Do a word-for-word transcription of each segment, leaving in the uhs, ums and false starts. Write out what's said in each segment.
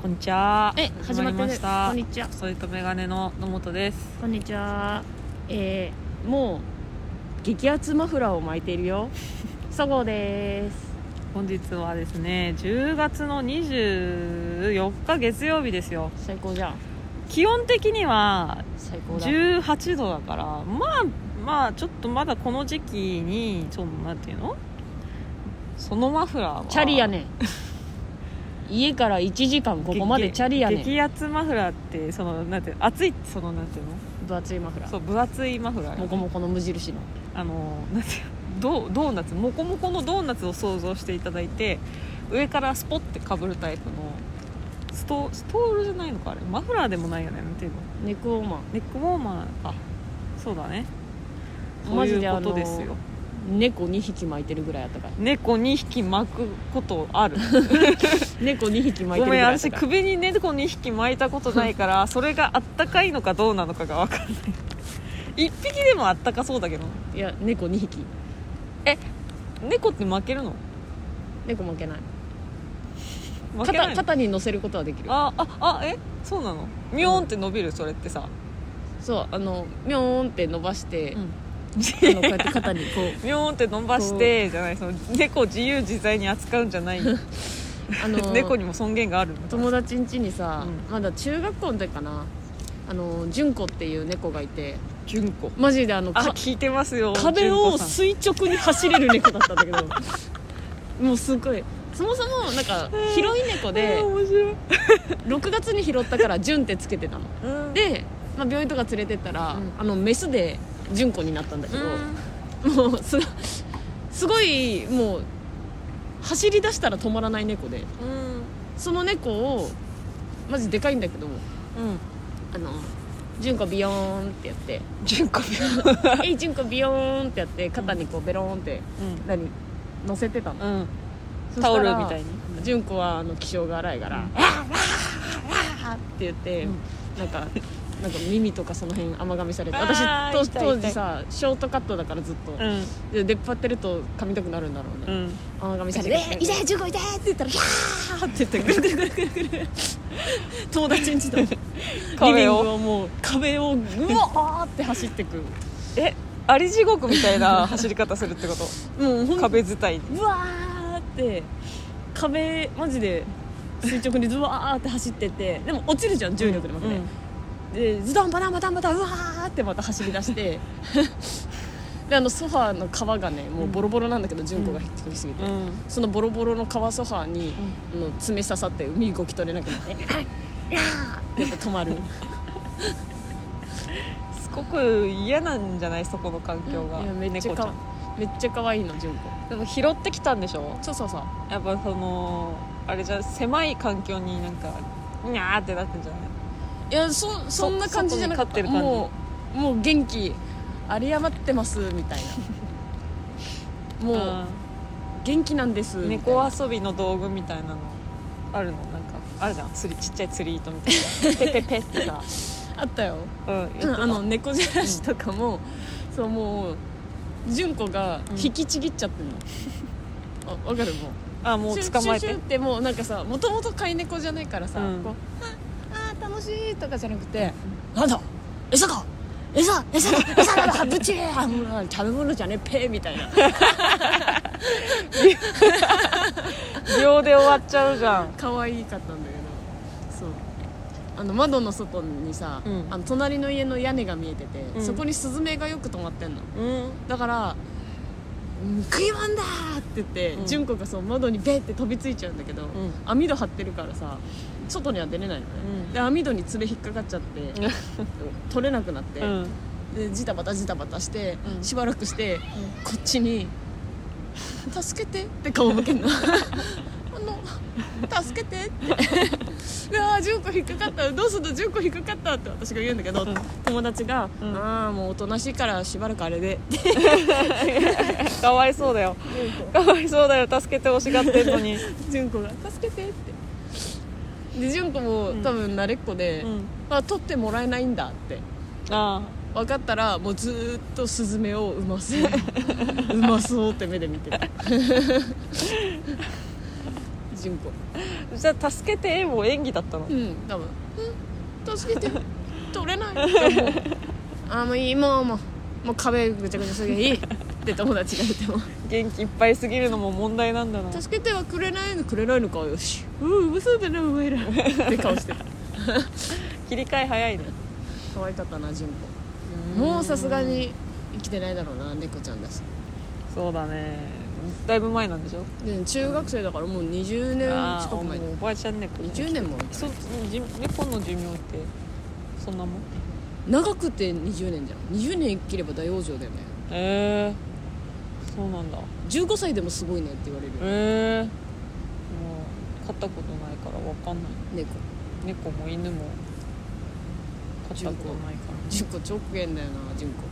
こんにちは。 え始まってるまりました。 こんにちは。 それとメガネの野本です。 こんにちは。えー、もう激アツマフラーを巻いているよそごうです。 本日はですねじゅうがつのにじゅうよっか月曜日ですよ。 最高じゃん。 気温的には最高だ。 じゅうはちどだから、まあまあちょっとまだこの時期にちょっとなんていうの、そのマフラーはチャリやねん家からいちじかんここまでチャリやねん。 激アツマフラーってそのなんていうの、熱いそのなんていうの、 分厚いマフラー。 そう分厚いマフラーよね。 モコモコの無印のあのなんていうの、ドドーナツモコモコのドーナツを想像していただいて、上からスポッてかぶるタイプのストストールじゃないのか、あれマフラーでもないよね。なんていうの、 ネックウォーマー。 ネックウォーマーか。そうだね、そうマジでいうことですよ。 猫にひき巻いてるぐらいあったから。 猫にひき巻くことある猫にひき巻いてるごめん、私ぐらいあったから。 首に猫にひき巻いたことないからそれがあったかいのかどうなのかが分かんないいっぴきでもあったかそうだけど。 いや猫にひき。 え、猫って巻けるの？ 猫巻けない。 巻けないの？ 肩肩に乗せることはできる。 あああ、え、そうなの？ミョーンって伸びる、それってさ。 そう、あのミョーンって伸ばして、 うん、 あのこうやって肩にこうミョーンって伸ばしてじゃない、その猫を自由自在に扱うんじゃないあの猫にも尊厳があるんだ。 友達ん家にさ、 うん、 まだ中学校の時かな、あの純子っていう猫がいて、 純子、 マジであのあ、聞いてますよ。 壁を純子さん垂直に走れる猫だったんだけどもうすごい、そもそもなんか広い猫で面白いろくがつに拾ったから純ってつけてたの、 うん、 で、まあ、病院とか連れてったら、 うん、 あのメスで純子になったんだけど、うん、もうすごすごいもう走り出したら止まらない猫で、 うん、 その猫をマジでかいんだけど、 うん、 あの純子ビヨーンってやって純子ビヨーンえい純子ビヨーンってやって肩にこうベローンって、 うん、 何乗せてたの、 うん、 そしたらタオルみたいに純子はあの気性が荒いから、うん、わーわーわーって言って、うん、なんかなんか耳とかその辺甘噛みされて、私と当時さショートカットだからずっと、うん、で出っ張ってると噛みたくなるんだろうね、うん、甘噛みされて「えー、痛い純子痛い!」って言ったら「ヒャー!」って言ってぐるぐるぐるぐるぐる友達んちのリビングをもう壁をうわーって走ってく。 え、あり地獄みたいな走り方するってこともう壁伝いにうわーって壁マジで垂直にズワーって走ってて、でも落ちるじゃん重力で負けて、うんうん、でズドンバタンバタンバタンうわーってまた走り出してであのソファーの革がねもうボロボロなんだけど、純子が引っ張りすぎて、うん、そのボロボロの革ソファーに、うん、あの爪刺さって身動き取れなくなってってやっぱ止まるすごく嫌なんじゃない、そこの環境が。 いやめっちゃかめっちゃ可愛いの純子。 でも拾ってきたんでしょ。 そうそうそう。 やっぱそのあれじゃ狭い環境になんかにゃーってなってんじゃない。 いや そ, そんな感じじゃなくて、もうもう元気有り余ってますみたいなもう元気なんですみたいな。 猫遊びの道具みたいなのあるの、なんかあるじゃん、釣りちっちゃい釣り糸みたいなペペペってさあったよ、 うん、 あの猫じゃらしとかも、うん、そうもう純子が引きちぎっちゃってるの、うん、あ分かる。もうあもう捕まえてシュシュシュってもうなんかさ、もともと飼い猫じゃないからさ、 うん、 こうああ楽しいとかじゃなくて、うん、なんだ餌か餌餌だ餌だだぶちー食べ物じゃねえペーみたいな秒で終わっちゃうじゃん。 可愛かったんだけど、そうあの窓の外にさ、うん、あの隣の家の屋根が見えてて、うん、そこにスズメがよく止まってんの、うん、だから食いワンだーって言って、うん、純子がそう窓にベーって飛びついちゃうんだけど、うん、網戸張ってるからさ外には出れないのね、うん、で網戸に爪引っかかっちゃって取れなくなって、うん、でジタバタジタバタして、うん、しばらくして、うん、こっちに助けてって顔向けんのあの助けてってうわー純子引っかかったどうすんの純子引っかかったって私が言うんだけど、うん、友達が、うん、ああもうおとなしいからしばらくあれでかわいそうだよかわいそうだよ、助けてほしがってんのに純子が助けてってで純子も多分慣れっこで、うん、あ取ってもらえないんだってあ分かったらもうずっとスズメをうまそううまそうって目で見てる純子。 じゃあ助けてもう演技だったの？ うん多分うん助けて取れないもうあもういいもうもうもう壁ぐちゃぐちゃすげえいいって友達が言っても元気いっぱいすぎるのも問題なんだな。 助けてはくれないのくれないのかよしうん嘘だなお前らって顔してた切り替え早いね。 可愛かったな純子。もうさすがに生きてないだろうな猫ちゃんだし。 そうだねだいぶ前なんでしょ。 で中学生だからもうにじゅうねん近く前。 もうおばあちゃん猫にじゅうねんもそうじ猫の寿命ってそんなもん。 長くてにじゅうねんじゃん。にじゅうねん生きれば大往生だよね。 ええー、そうなんだ。 じゅうごさいでもすごいねって言われる。 ええー、もう飼ったことないから分かんない。 猫猫も犬も飼ったことないから。 純子超危険だよな純子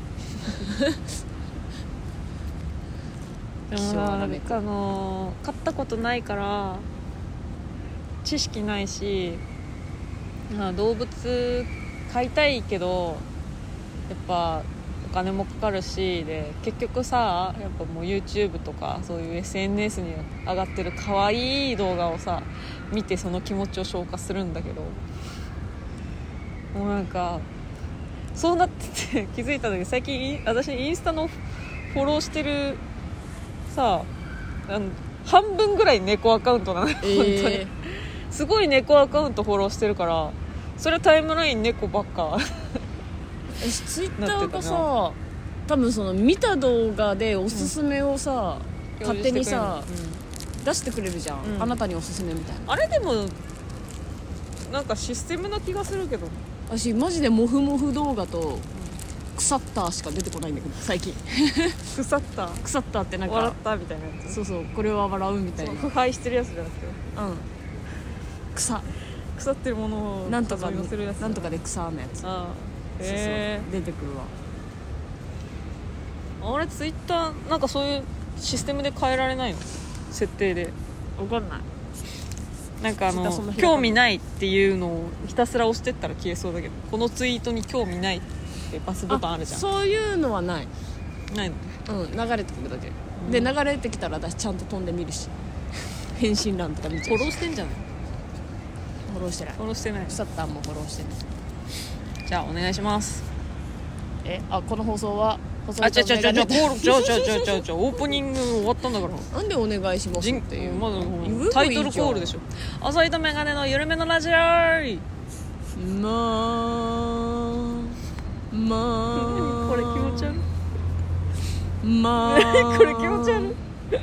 でもなんかあの飼ったことないから知識ないし、まあ、動物飼いたいけどやっぱお金もかかるしで結局さやっぱもう YouTube とかそういう エスエヌエス に上がってる可愛い動画をさ見てその気持ちを消化するんだけどもうなんかそうなってて気づいたんだけど最近私インスタのフォローしてるさあの半分ぐらい猫アカウントなのよ、えー、本当にすごい猫アカウントフォローしてるからそれはタイムライン猫ばっかツイッターがさ多分その見た動画でおすすめをさ、うん、勝手にさ、うん、出してくれるじゃん、うん、あなたにおすすめみたいな。 あれでもなんかシステムな気がするけど私マジでモフモフ動画と腐ったしか出てこないんだけど最近腐った腐ったってなんか笑ったみたいなやつ。 そうそうこれは笑うみたいな腐敗してるやつじゃなくてうん腐腐ってるものをなんとか寄せるやつなんとかで草のやつ。ああへえ出てくるわ。あれツイッターなんかそういうシステムで変えられないの設定で。 分かんない。 なんかあの興味ないっていうのをひたすら押してったら消えそうだけどこのツイートに興味ないってバスボタンあるじゃん。 そういうのはないないの。 うん流れてくるだけ、うん、で流れてきたら私ちゃんと飛んでみるし返信欄とか見ちゃうし。 フォローしてんじゃない。 フォローしてない。 フォローしてない。 腐ったんもフォローしてない。 じゃあお願いします。 えあこの放送はあちゃちゃちゃちゃちゃちゃちゃちゃちゃオープニング終わったんだからなんでお願いしますっていう、 まだタイトルコールでしょ。浅井とメガネの緩めのラジオ。まあまあこれ気持ち悪い。 まあこれ気持ち悪い。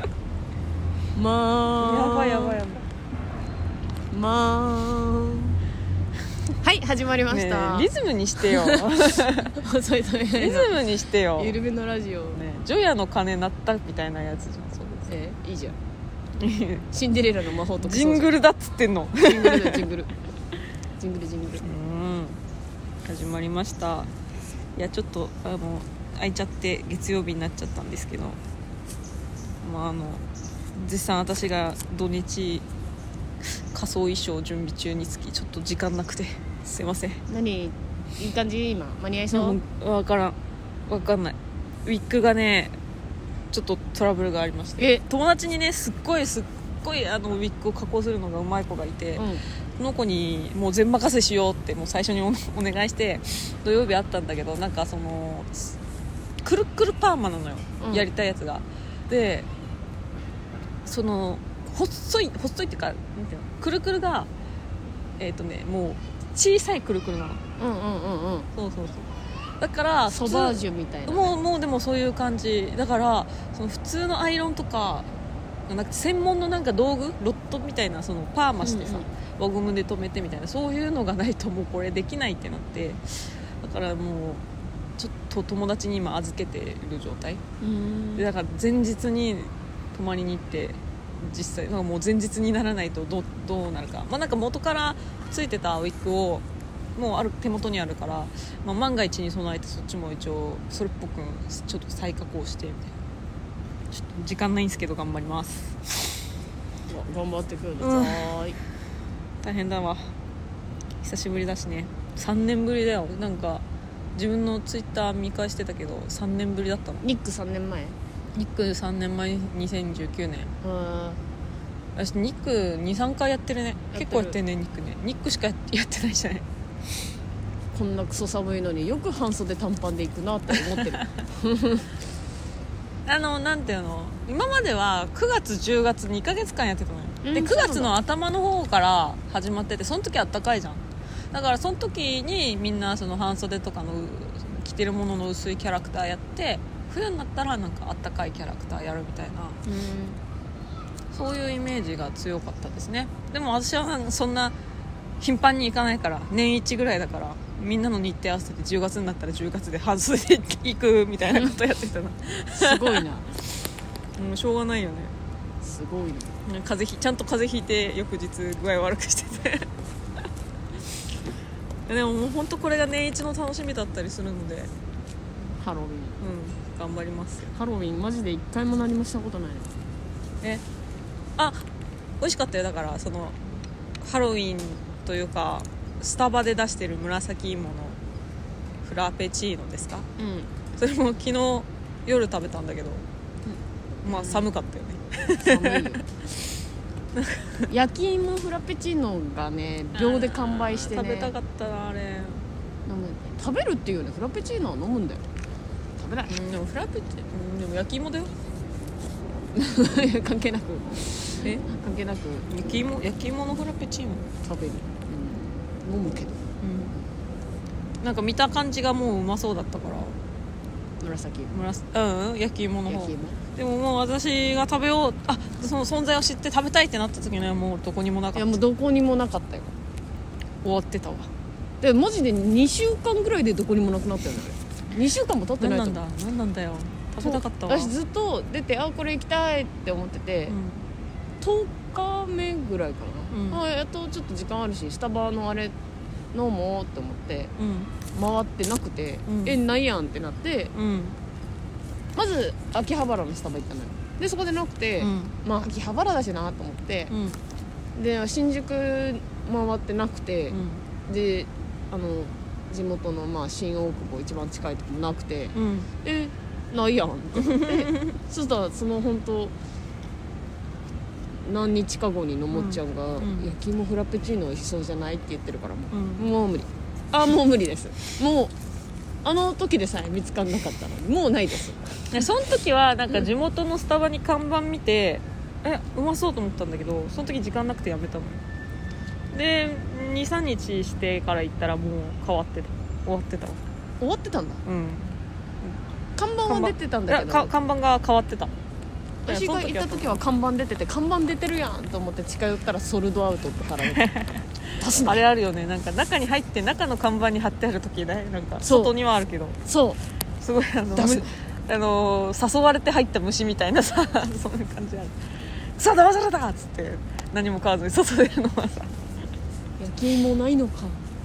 まあやばいやばいやばい。 まあはい始まりました、 ね、リズムにしてよ遅いとリズムにしてよ。 ゆるめのラジオ、 ね、ジョヤの鐘鳴ったみたいなやつじゃん。そうです、えー、いいじゃんシンデレラの魔法とかジングルだっつってんの。 ジングルだジングルジングルジングルうん始まりました。いやちょっとあの空いちゃって月曜日になっちゃったんですけど、まああの絶賛私が土日仮装衣装準備中につきちょっと時間なくてすいません。 何いい感じ今間に合いそう。 分からん分かんない。ウィッグがねちょっとトラブルがありまして、友達にねすっごいすっごいあのウィッグを加工するのがうまい子がいて、うん、その子にもう全任せしようってもう最初に お, お願いして土曜日あったんだけどなんかそのくるくるパーマなのよ、うん、やりたいやつが。でその細い細いっていうかなんていうのくるくるがえっ、ー、とねもう小さいくるくるなの。 うんうんうんうんそうそうそうだからソバージュみたいな、ね、 もうもうでもそういう感じだからその普通のアイロンとかなんか専門のなんか道具ロットみたいなそのパーマしてさ、うんうん、輪ゴムで留めてみたいなそういうのがないともうこれできないってなってだからもうちょっと友達に今預けてる状態でだから前日に泊まりに行って実際なんかもう前日にならないとどう、どうなるか、まあ、なんか元からついてたウィッグをもうある手元にあるから、まあ、万が一に備えてそっちも一応それっぽくちょっと再加工してみたいな。ちょっと時間ないんですけど頑張ります。 頑張ってください、うん、 大変だわ久しぶりだしね。さんねんぶりだよ。なんか自分のツイッター見返してたけどさんねんぶりだったの。 ニックさんねんまえ。 ニックさんねんまえにせんじゅうきゅうねん。 私肉 にさんかいやってるね。結構やってるね。肉ね肉しかやってないじゃない。 こんなクソ寒いのによく半袖短パンで行くなって思ってるあのなんていうの、今まではくがつじゅうがつにかげつかんやってたのよ、 うん、 でくがつの頭の方から始まってて、その時あったかいじゃん。だからその時にみんなその半袖とかの着てるものの薄いキャラクターやって、冬になったらなんかあったかいキャラクターやるみたいな、 うん、 そういうイメージが強かったですね。でも私はそんな頻繁に行かないから、年一ぐらいだから、みんなの日程合わせてじゅうがつになったらじゅうがつで半袖で行くみたいなことやってたなすごいなもうしょうがないよね。 すごいな。 風邪ひちゃんと風邪ひいて翌日具合悪くしててでももう本当これが年一の楽しみだったりするので、 ハロウィン、 うん、頑張りますよ。 ハロウィンマジで一回も何もしたことない。 えあ美味しかったよ。だからそのハロウィンというかスタバで出してる紫芋のフラペチーノですか、 うん、 それも昨日夜食べたんだけど、うん、まあ寒かったよね。 寒いよ焼き芋フラペチーノがね秒で完売してね、 食べたかったなあれ。 飲む食べるっていうよね。フラペチーノは飲むんだよ。食べない、 うん、でもフラペチ、うん、でも焼き芋だよ関係なくえ関係なく焼き芋焼き芋のフラペチーノ食べる、うん、飲むけど、 うん、なんか見た感じがもううまそうだったから紫紫うん焼き芋の方焼き芋。 でももう私が食べようあその存在を知って食べたいってなった時にはもうどこにもなかった。 いやもうどこにもなかったよ。 終わってたわ。 でマジでにしゅうかんぐらいでどこにもなくなったよね。にしゅうかんも経ってないと思う。 何なんだ何なんだよ。食べたかったわ。 私ずっと出てあこれ行きたいって思ってて、うん、とおかめぐらいかな、うん、あやっとちょっと時間あるしスタバのあれ飲もうって思って、うん、回ってなくて、うん、えないやんってなって、うん、まず秋葉原のスタバ行ったのよ。でそこでなくて、うん、まあ秋葉原だしなと思って、うん、で新宿回ってなくて、うん、であの地元のまあ新大久保一番近いとこもなくて、うん、えないやんって思ってそしたらその本当何日か後にのもっちゃんが、うん、焼き芋フラペチーノ美味しそうじゃないって言ってるからもう、うん、もう無理。あもう無理です。もうあの時でさえ見つかんなかったのにもうないです。 その時はなんか地元のスタバに看板見て、うん、えうまそうと思ったんだけどその時時間なくてやめたので にさんにちしてから行ったらもう変わってた終わってたわ。 終わってたんだ。 うん看板は出てたんだけど看板が変わってた。 私が行った時は看板出てて看板出てるやんと思って近寄ったらソルドアウトってから出すなあれあるよね。なんか中に入って中の看板に貼ってある時ねなんか外にはあるけどそうすごいあのあの誘われて入った虫みたいなさそんな感じある。さあ騙されたっつって何も買わずに外出るのはさ焼き芋ないのか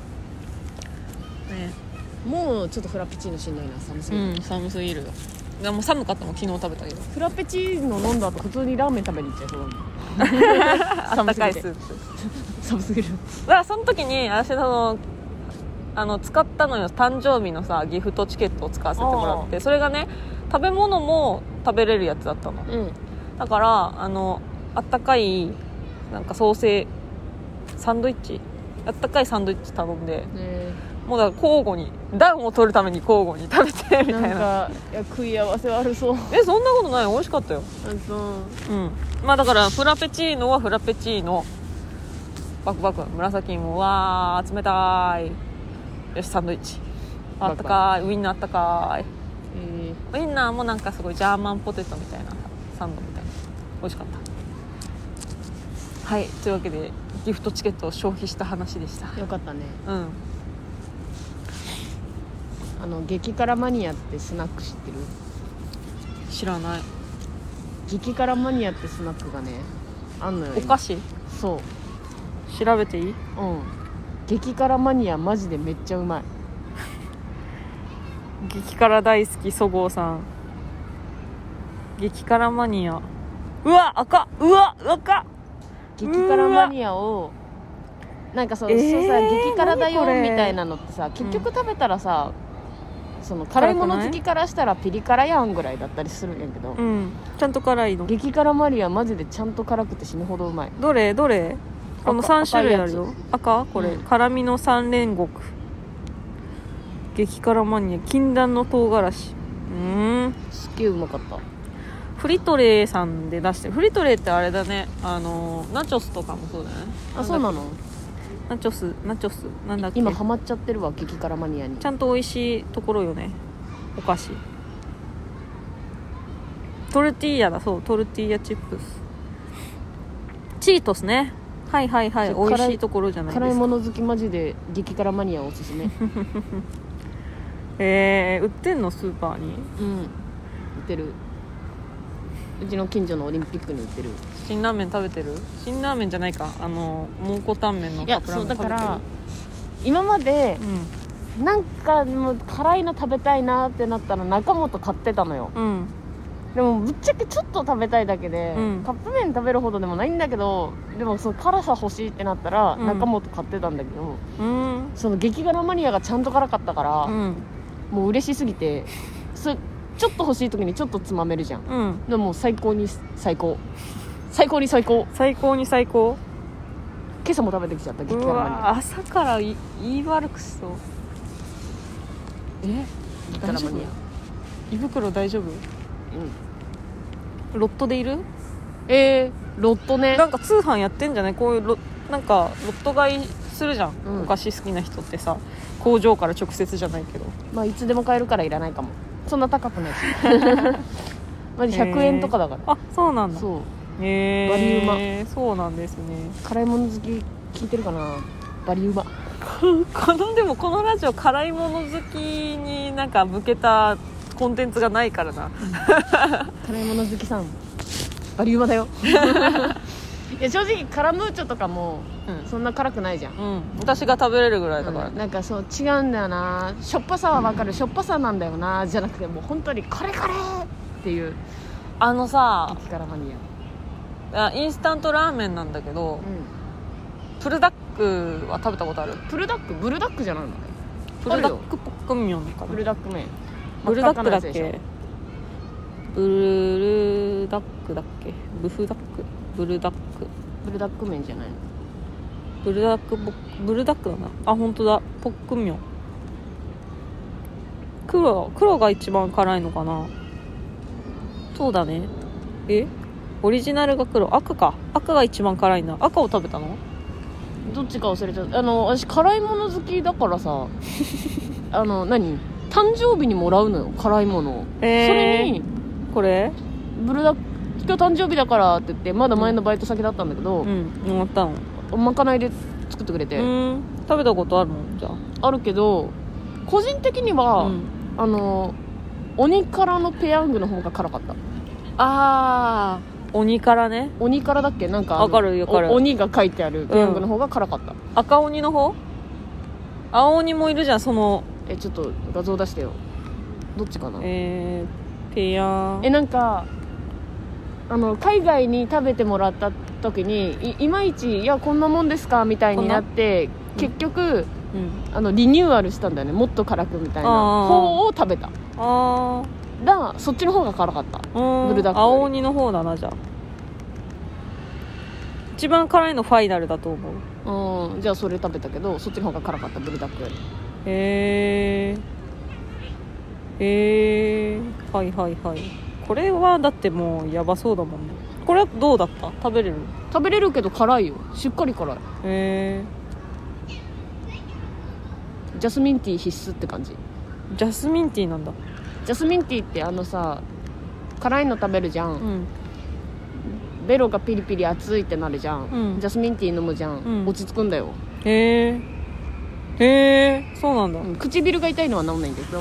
ね。 もうちょっとフラペチーノしんどいな寒すぎる、 うん、寒すぎるよ。でも寒かったもん昨日食べたけどフラペチーノ飲んだ後普通にラーメン食べに行っちゃいそうだもんあったかいスープ寒すぎる。 だからその時に私のあの使ったのよ誕生日のさギフトチケットを使わせてもらって、それがね食べ物も食べれるやつだったの、うん、だからあのあったかいなんかソーセーサンドイッチあったかいサンドイッチ頼んで、もうだから交互に暖を取るために交互に食べてみたいな。 なんかいや食い合わせ悪そう。 えそんなことない美味しかったよ。 うん、 うん、まあだからフラペチーノはフラペチーノバクバク紫芋は冷たいよしサンドイッチあったかいウインナーあったかい、えー、ウインナーもなんかすごいジャーマンポテトみたいなサンドみたいな美味しかった。はいというわけでギフトチケットを消費した話でした。 よかったね。 うんあの激辛マニアってスナック知ってる？ 知らない。 激辛マニアってスナックがねあんのよ。 お菓子？ そう調べていい？ うん激辛マニアマジでめっちゃうまい激辛大好きそごうさん激辛マニアうわ赤うわ赤激辛マニアをなんかそう、えー、そうさ激辛だよみたいなのってさ結局食べたらさ、 その辛いもの好きからしたらピリ辛やんぐらいだったりするんやけど、 うん、ちゃんと辛いの。 激辛マリアマジでちゃんと辛くて死ぬほどうまい。 どれどれ？このさん種類あるよ。赤これ、うん、辛味の三連国、激辛マニア、禁断の唐辛子。うーん、 すっげえうまかった。 フリトレーさんで出してる。フリトレーってあれだね、あのナチョスとかもそうだね。 あ、そうなの？ ナチョスナチョスなんだっけ。 今ハマっちゃってるわ、激辛マニアに。 ちゃんと美味しいところよね、お菓子。トルティーヤだ、そう、トルティーヤチップス、チートスね。はいはいはい、美味しいところじゃないですか。 辛いもの好きマジで激辛マニアおすすめ。 えー、売ってんのスーパーに？ うん、売ってる。うちの近所のオリンピックに売ってる。 辛ラーメン食べてる？辛ラーメンじゃないか、あの蒙古タンメンのカップラーメン食べてる？いや、そうだから今まで、うん、なんかもう辛いの食べたいなってなったら中本買ってたのよ、うん、でもぶっちゃけちょっと食べたいだけで、うん、カップ麺食べるほどでもないんだけど、でもその辛さ欲しいってなったら中本買ってたんだけど、うん、その激辛マニアがちゃんと辛かったから、うん、もう嬉しすぎてそちょっと欲しい時にちょっとつまめるじゃん、うん、でもう最高に最高最高に最高最高に最高。 今朝も食べてきちゃった激辛マニア。うわ、朝から言い悪くしそう。 え、激辛マニア胃袋大丈夫？うん。ロットでいる？ えー、ロットね。 なんか通販やってんじゃない？こういうロなんかロット買いするじゃん、うん、お菓子好きな人ってさ、工場から直接じゃないけど、 まあいつでも買えるからいらないかも。そんな高くないし。まじひゃくえんとかだから。 あ、そうなんだ。 そう。 へー、 バリうま。 そうなんですね。 辛いもの好き聞いてるかな。バリうま。 このでもこのラジオ辛いもの好きになんか向けたコンテンツがないからな。 辛いもの好きさんバリうまだよ。いや正直カラムーチョとかもそんな辛くないじゃん、うん、 私が食べれるぐらいだから、ね、 うん、なんかそう違うんだよな。しょっぱさは分かる、しょっぱさなんだよなじゃなくて、もう本当にカレカレっていう。 あのさ、 激辛マニアインスタントラーメンなんだけど、うん、プルダックは食べたことある？ プルダック？ブルダックじゃないの？ プルダックポックンミョンかな。 ブルダック麺。 ブルダックだっけ？ブルダックだっけ？ブフダック？ブルダックブルダック麺じゃないの？ ブルダックブルダックだなあ、本当だ、ポックンミョン。黒黒が一番辛いのかな。そうだね。えオリジナルが黒、赤か、赤が一番辛いな。赤を食べたの？ どっちか忘れちゃった。あの私辛いもの好きだからさあの何誕生日にもらうのよ、辛いものを、えー、それにこれブルダック今日誕生日だからって言って、まだ前のバイト先だったんだけど、うん、 もらったの。 まかないで作ってくれて。 うん、食べたことあるの？じゃああるけど個人的には、うん、あの鬼辛のペヤングの方が辛かった。 あー、鬼辛ね。 鬼辛だっけ？なんかわかるよ、わかる。 鬼が書いてあるペヤングの方が辛かった、うん、 赤鬼の方？青鬼もいるじゃん、その。 え、ちょっと画像出してよ。どっちかな。 えー、ペヤン。 え、なんかあの海外に食べてもらった時に い, いまいちいやこんなもんですかみたいになって、結局、うん、あのリニューアルしたんだよね、もっと辛くみたいな方を食べた。あだそっちの方が辛かった。ブルダック。 青鬼の方だな。じゃあ一番辛いのファイナルだと思う。うん、じゃあそれ食べたけどそっちの方が辛かった、ブルダックより。 へえへえ、はいはいはい。これはだってもうやばそうだもんね。これはどうだった？食べれる？ 食べれるけど辛いよ、しっかり辛い。へえ。 ジャスミンティー必須って感じ。 ジャスミンティーなんだ。 ジャスミンティーってあのさ、辛いの食べるじゃん、うん、ベロがピリピリ熱いってなるじゃん、うん、ジャスミンティー飲むじゃん、うん、落ち着くんだよ。 へえへえ、そうなんだ、うん、 唇が痛いのは治んないんだけど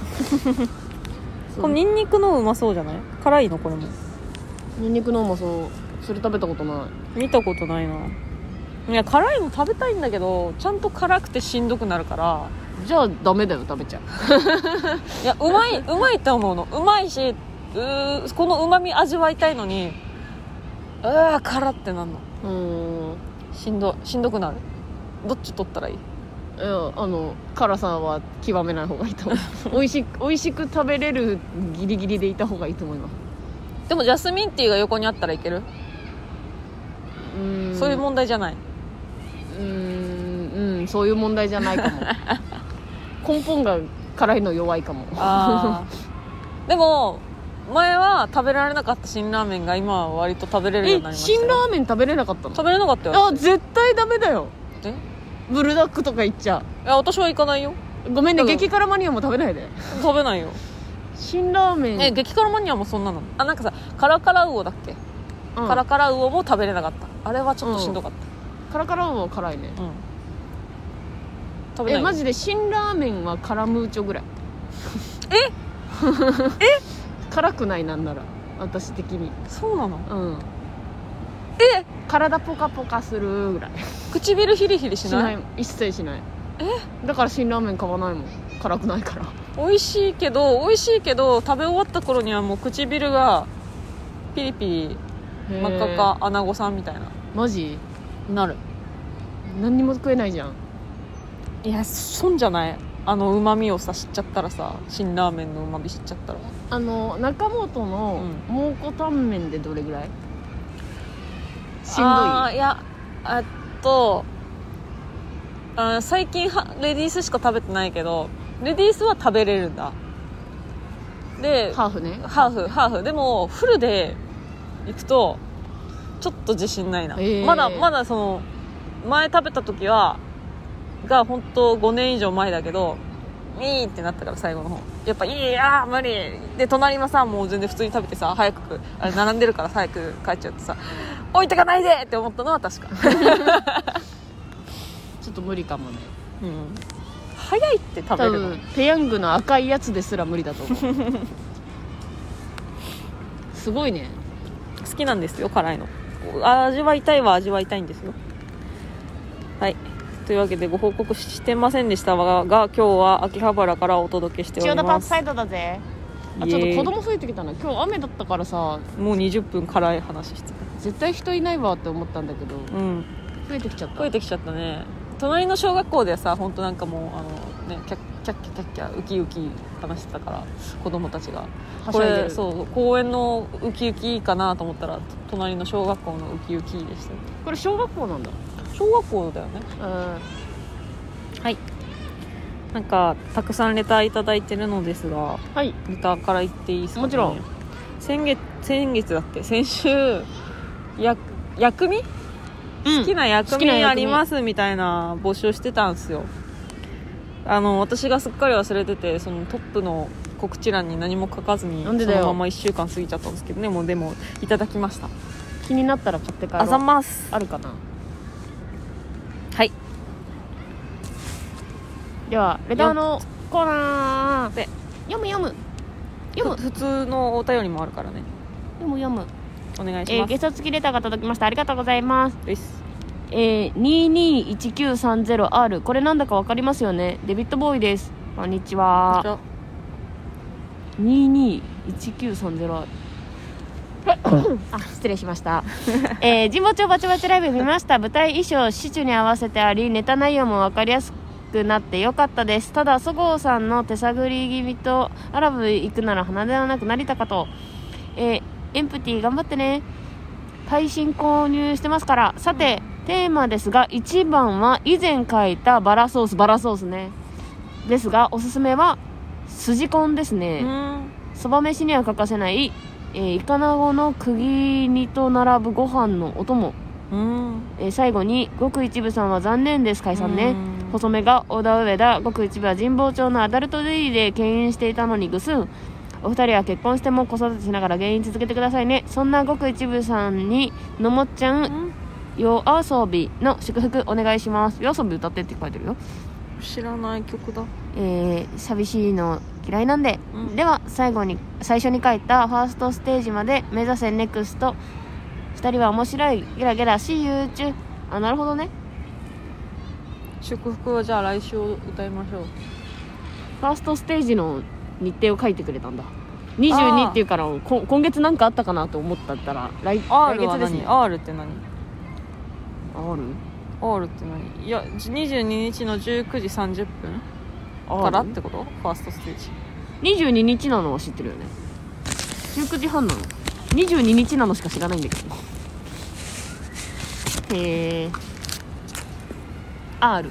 このニンニクのうまそうじゃない？辛いのこれも。 ニンニクのうまそう。それ食べたことない。 見たことないな。いや辛いの食べたいんだけどちゃんと辛くてしんどくなるから。 じゃあダメだよ、食べちゃう。 いや、うまいうまいって思うの。うまいし、うこのうまみ味わいたいのに、うわ辛ってなんの。うーん、しんどしんどくなる。どっち取ったらいい？ いやあの辛さは極めない方がいいと思う美味し美味しく食べれるギリギリでいた方がいいと思います。 でもジャスミンティーが横にあったらいける？うーんそういう問題じゃない。 うーんうんそういう問題じゃないかも根本が辛いの弱いかも。 あでも前は食べられなかった辛ラーメンが今は割と食べれるようになりましたよ。 辛ラーメン食べれなかったの？ 食べれなかったよ。 あ絶対ダメだよ。 えブルダックとか行っちゃう。いや私は行かないよ。 ごめんね激辛マニアも食べないで。 食べないよ。 辛ラーメンえ激辛マニアもそんなの？あなんかさカラカラウオだっけ、うん、カラカラウオも食べれなかった。あれはちょっとしんどかった、 うん、カラカラウオ辛いね、うん、 食べない。 えマジで辛ラーメンはカラムーチョぐらい。 ええ辛くないなんなら私的に。 そうなの？ うんえ体ポカポカするぐらい。 唇ヒリヒリしない？しない一切しない。 えだから辛ラーメン買わないもん辛くないから。 美味しいけど美味しいけど食べ終わった頃にはもう唇がピリピリ真っ赤かアナゴさんみたいな。 マジ？ なる。 何にも食えないじゃん。 いや損じゃない？あの旨味をさ知っちゃったらさ辛ラーメンの旨味知っちゃったら。 あの中本の蒙古タンメンでどれぐらい？しんどい？ あいやえっとあ最近はレディースしか食べてないけどレディースは食べれるんだ。でハーフね。 ハーフハーフでもフルで行くとちょっと自信ないな、えー、まだまだその前食べた時はが本当ごねん以上前だけどいいってなったから最後の方やっぱいいや無理で隣のさもう全然普通に食べてさ早くあれ並んでるから早く帰っちゃってさ置いてかないでって思ったのは確かちょっと無理かもね、 うん、早いって食べるの。 多分ペヤングの赤いやつですら無理だと思うすごいね。 好きなんですよ辛いの。味わいたいは味わいたいんですよ。はいというわけでご報告してませんでしたが今日は秋葉原からお届けしております。 千代田パークサイドだぜ。あちょっと子供増えてきたな。今日雨だったからさもうにじゅっぷん辛い話してた。 絶対人いないわって思ったんだけど、 うん、 増えてきちゃった。 増えてきちゃったね。隣の小学校ではさ本当なんかもうあのねキャッキャッキャッキャッキャウキウキ話してたから子供たちがこれそう公園のウキウキかなと思ったら隣の小学校のウキウキでした。 これ小学校なんだ。 小学校だよね。うんはいなんかたくさんレターいただいてるのですが、 はい、 レターから言っていいですかね。 もちろん。 先月先月だって先週や薬味、うん、好きな薬味ありますみたいな募集してたんですよ。あの私がすっかり忘れててそのトップの告知欄に何も書かずにそのままいっしゅうかん過ぎちゃったんですけどね。もうでもいただきました。 気になったら買って帰ろう。 あざます。 あるかな。 はいではレターのコーナーで読む読む読む。 普通のお便りもあるからね。 読む読むお願いします。 えー、ゲスト付きレターが届きました。ありがとうございますです。 えー、にーにーいちきゅうさんゼロアール これなんだかわかりますよね。デビッドボーイです。こんにちは。にーにーいちきゅうさんゼロアール あ失礼しました、えー、神保町バチバチライブ見ました。舞台衣装シチュに合わせてありネタ内容もわかりやすくなってよかったです。ただそごうさんの手探り気味とアラブ行くなら鼻ではなく成田かと。えー、エンプティ頑張ってね。配信購入してますから。さてテーマですがいちばんは以前書いたバラソースバラソースねですがおすすめは筋コンですね。そば飯には欠かせない、えー、イカナゴの釘煮と並ぶご飯のお供。えー、最後にごく一部さんは残念です解散ね。細めが小田上田、ごく一部は神保町のアダルトデイで牽引していたのにぐすん。お二人は結婚しても子育てしながら芸人続けてくださいね。そんなごく一部さんにのもっちゃん夜遊びの祝福お願いします。夜遊び歌ってって書いてるよ。 知らない曲だ。 えー、寂しいの嫌いなんで、うん、では最後に最初に書いたファーストステージまで目指せネクスト。二人は面白いゲラゲラ See you 中。あなるほどね。 祝福はじゃあ来週歌いましょう。 ファーストステージの日程を書いてくれたんだ。にじゅうにっていうからこ今月なんかあったかなと思ったったら 来, 来月ですね。 R って何？ R? R って何？いやにじゅうににちのじゅうくじさんじゅっぷんからってこと？ファーストステージにじゅうににちなのは知ってるよね。じゅうくじはんなの。にじゅうににちなのしか知らないんだけど。へえ R。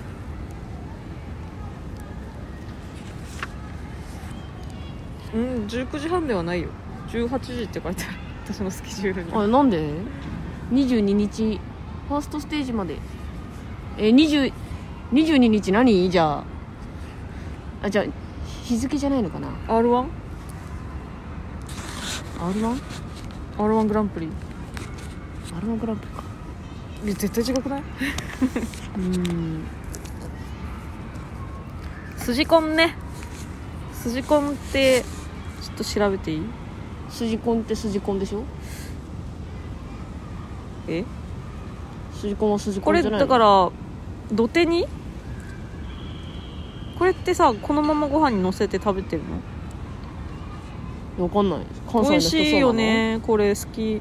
うんじゅうくじはんではないよ。じゅうはちじって書いてある私のスケジュールに。 あ、なんでにじゅうににちファーストステージまで。えー、20 にじゅうににち何じゃああじゃあ日付じゃないのかな。 アールワン？ アールワン？ アールワン グランプリ。 アールワン グランプリか。 いや絶対違くない？ うーん筋コンね。筋コンってちょっと調べていい？ 筋コンって筋コンでしょ。 え筋コンは筋コこれンじゃないの。 だから土手にこれってさこのままご飯にのせて食べてるの？ わかんない。関西の人そうなの。 美味しいよねこれ。好き。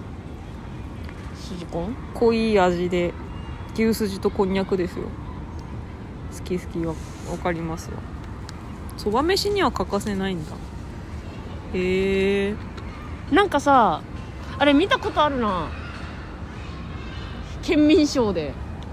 筋コン濃い味で牛すじとこんにゃくですよ。好き好きは分かりますわ。そば飯には欠かせないんだ。へえ。 なんかさあれ見たことあるな。県民賞で。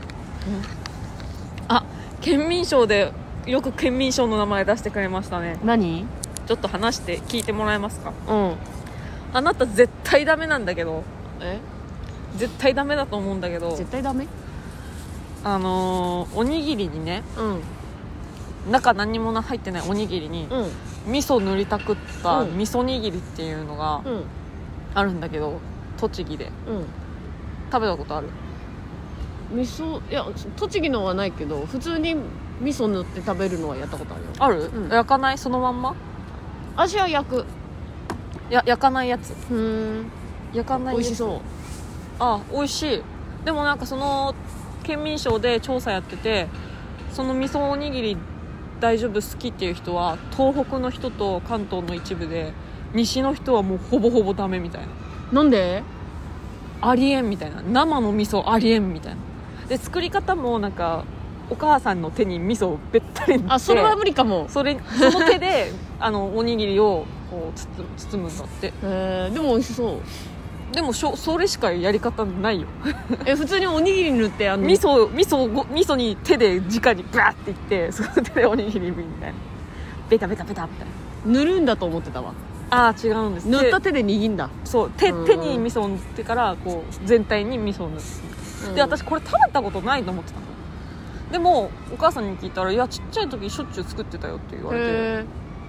あ、県民賞でよく県民賞の名前出してくれましたね。 何？ ちょっと話して聞いてもらえますか？ うん。 あなた絶対ダメなんだけど。 え？ 絶対ダメだと思うんだけど、 絶対ダメ？ あのー、おにぎりにね、 うん。 中何も入ってないおにぎりに、 うん。 味噌塗りたくったうん味噌にぎりっていうのがうん。 あるんだけど、栃木でうん。 食べたことある？ 味噌いや栃木のはないけど普通に味噌塗って食べるのはやったことあるよ。 ある？ うん焼かない？そのまんま？ 味は焼く。 や焼かないやつ。 ふーん。 焼かないやつ。 美味しそう。 あ、美味しい。でもなんかその県民賞で調査やってて、その味噌おにぎり大丈夫好きっていう人は東北の人と関東の一部で、西の人はもうほぼほぼダメみたいな。 なんで？ ありえんみたいな。生の味噌ありえんみたいな。で作り方もなんかお母さんの手に味噌をべったり塗って、 あ、それは無理かも。 それその手であのおにぎりをこう包む包むんだって。 えー、でも美味しそう。 でもしょそれしかやり方ないよ。 え、普通におにぎり塗ってあの味噌味噌ご味噌に手で直にバーっていってその手でおにぎりみたいなベタベタベタみたいな。 塗るんだと思ってたわ。 ああ違うんです。 塗った手で握んだ。 そう手うん手に味噌を塗ってからこう全体に味噌を塗って、 うん、 で私これ食べたことないと思ってたの。でもお母さんに聞いたら、いやちっちゃい時しょっちゅう作ってたよって言われて、 へ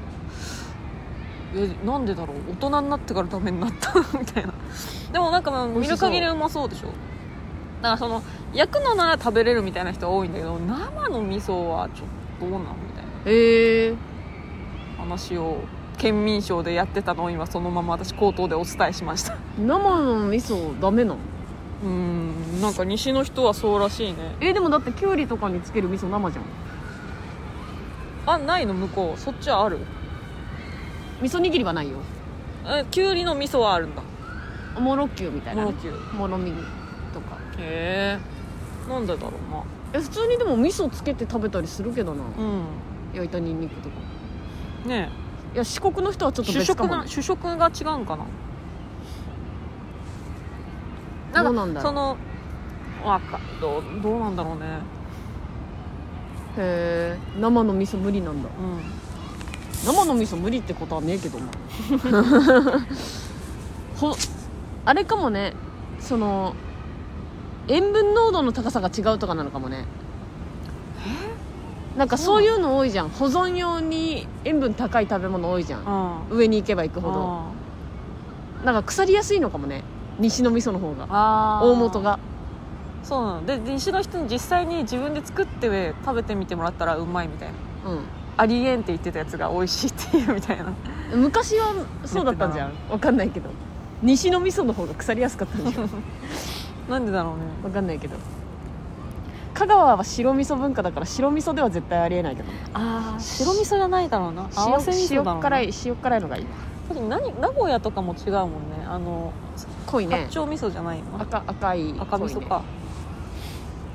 えなんでだろう、大人になってからダメになったみたいな。でもなんか見る限りうまそうでしょ。だからその焼くのなら食べれるみたいな人は多いんだけど、生の味噌はちょっとどうなんみたいなへえ話を県民賞でやってたのを今そのまま私口頭でお伝えしました。 生の味噌ダメなの？ うーんなんか西の人はそうらしいね。 えでもだってきゅうりとかにつける味噌生じゃん。 あないの向こう？そっちはある？ 味噌握りはないよ。 えきゅうりの味噌はあるんだ。 もろきゅうみたいな、ね、 もろきゅうもろみとか。 へえなんでだろうな。 え普通にでも味噌つけて食べたりするけどな、 うん焼いたニンニクとか。 ねいや四国の人はちょっとえ主別かも、ね、 食な主食が違うんかな。 どうなんだろう。 そのわかどうどうなんだろうね。 へえ生の味噌無理なんだ。 うん生の味噌無理ってことはねえけどなほあれかもね、その塩分濃度の高さが違うとかなのかもね。なんかそういうの多いじゃん。保存用に塩分高い食べ物多いじゃん、 うん上に行けば行くほど。なんか腐りやすいのかもね、西の味噌の方が。 あ大元がそうなので、西の人に実際に自分で作って食べてみてもらったらうまいみたいな、 うんありえんって言ってたやつが美味しいっていうみたいな。 昔はそうだったんじゃん。わかんないけど西の味噌の方が腐りやすかったんじゃんなんでだろうね。 わかんないけど香川は白味噌文化だから白味噌では絶対ありえないけど、 ああ白味噌じゃないだろうな。合わせ味噌だろうな。 塩辛い塩辛いのがいい。 確かに何名古屋とかも違うもんね。あの濃いね。 八丁味噌じゃないの？ 赤赤い赤味噌か、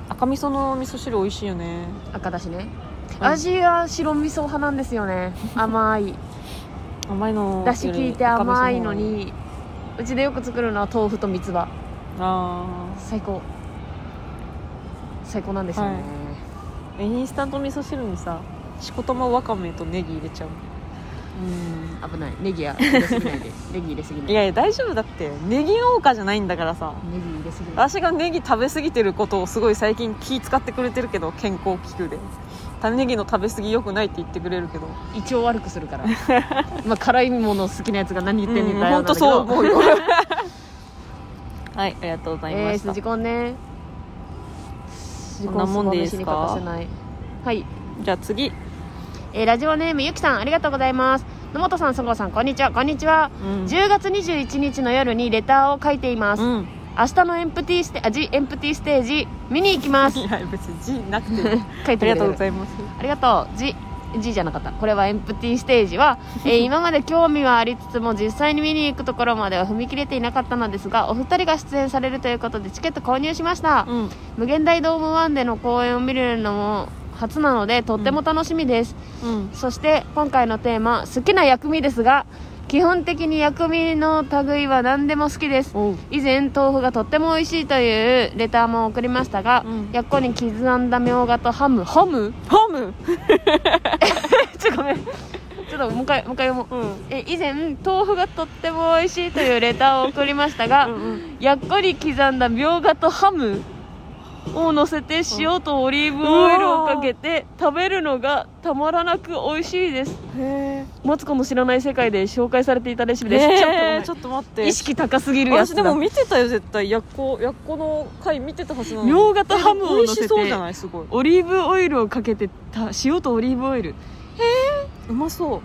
赤味噌の味噌汁美味しいよね。 赤だしね、 うん、 味は白味噌派なんですよね。甘い甘いのだし効いて甘いのに、うちでよく作るのは豆腐と三つ葉。 あ最高最高なんですよね、 はい、インスタント味噌汁にさしこたまわかめとネギ入れちゃう。 うん危ない。ネギは入れすぎないでネギ入れすぎない。 いやいや大丈夫だって、ネギ農家じゃないんだからさ。 ネギ入れすぎない。 私がネギ食べ過ぎてることをすごい最近気使ってくれてるけど、健康器具でネギの食べ過ぎ良くないって言ってくれるけど、 胃腸悪くするからまあ辛いもの好きなやつが何言ってんねんだよ、 本当そう思うよはい、ありがとうございました。 えー、筋コンね。筋こんなもんでいいですか。 に欠かせない。はい、 じゃあ次、 えー、ラジオネームゆきさん、ありがとうございます。野本さん、そごうさん、こんにちは。こんにちは、うん、じゅうがつにじゅういちにちの夜にレターを書いています、うん、明日のエンプティステあジエンプティステージ見に行きます。いや別に G なくて書いてくれる。ありがとうございます。 ありがとう。 G G じゃなかった。これはエンプティステージは、えー、今まで興味はありつつも実際に見に行くところまでは踏み切れていなかったのですが、お二人が出演されるということでチケット購入しました、うん、無限大ドームワンでの公演を見れるのも初なのでとっても楽しみです、うんうん、そして今回のテーマ、好きな薬味ですが、基本的に薬味の類は何でも好きです。以前豆腐がとっても美味しいというレターも送りましたが、うん、やっこに刻んだみょうがとハムハムハムちょっとごめんちょっともう一回もう一回読もう、うん、え以前豆腐がとっても美味しいというレターを送りましたがうん、うん、やっこに刻んだみょうがとハムを乗せて塩とオリーブオイルをかけて食べるのがたまらなく美味しいです。へー、マツコの知らない世界で紹介されていたレシピです。ちょっとちょっと待って、 意識高すぎるやつだ。 私でも見てたよ絶対。やっこやっこの回見てたはずなのに。 みょうがとハムを乗せて美味しそうじゃない。すごいオリーブオイルをかけてた塩とオリーブオイル。へー、うまそう、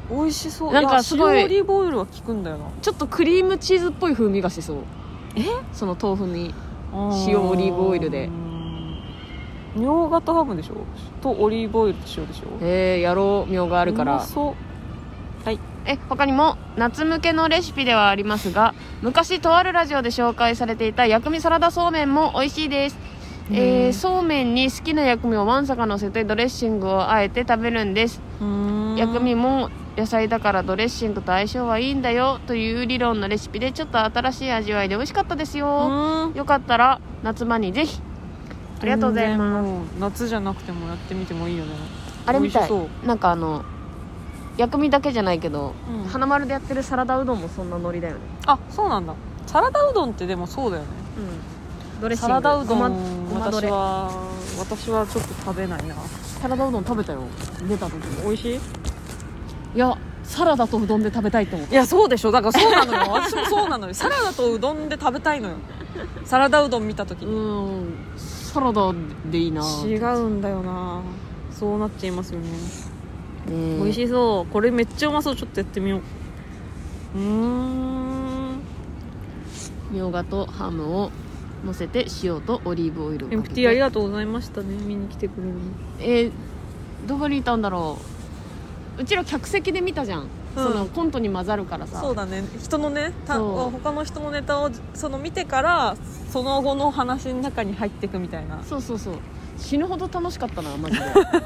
美味しそう。 なんかすごい塩オリーブオイルは効くんだよな。 ちょっとクリームチーズっぽい風味がしそう。 えその豆腐に塩オリーブオイルで。 みょうがとハムでしょとオリーブオイルと塩でしょ。 へえ、やろう。みょうがあるから。 うまそう。はい。 え他にも夏向けのレシピではありますが、昔とあるラジオで紹介されていた薬味サラダそうめんも美味しいです。えー、そうめんに好きな薬味をわんさか乗せてドレッシングをあえて食べるんです。薬味も野菜だからドレッシングと相性はいいんだよという理論のレシピで、ちょっと新しい味わいで美味しかったですよ。よかったら夏場にぜひ。ありがとうございます。 夏じゃなくてもやってみてもいいよね。 あれみたい。なんかあの薬味だけじゃないけど、うん、花丸でやってるサラダうどんもそんなノリだよね。 あ、そうなんだ。サラダうどんってでもそうだよね。 うん、ドレッシング、 サラダうどん私は私はちょっと食べないな。 サラダうどん食べたよ、出た時。 美味しい？ いや、サラダとうどんで食べたいって思った。 いやそうでしょ、だからそうなのよ私もそうなのよ。サラダとうどんで食べたいのよ。サラダうどん見た時に、うん、 サラダでいいな。 違うんだよな、そうなっちゃいますよね。美味しそう。これめっちゃうまそう。ちょっとやってみよう。うーん、 みょうがとハムを乗せて塩とオリーブオイルをかけて。 エムティー ありがとうございましたね、見に来てくれるの。 えー、どこにいたんだろう。うちら客席で見たじゃん、うん、そのコントに混ざるからさ。 そうだね、人のね、た他の人のネタをその見てからその後の話の中に入っていくみたいな。 そうそうそう、死ぬほど楽しかったなマジで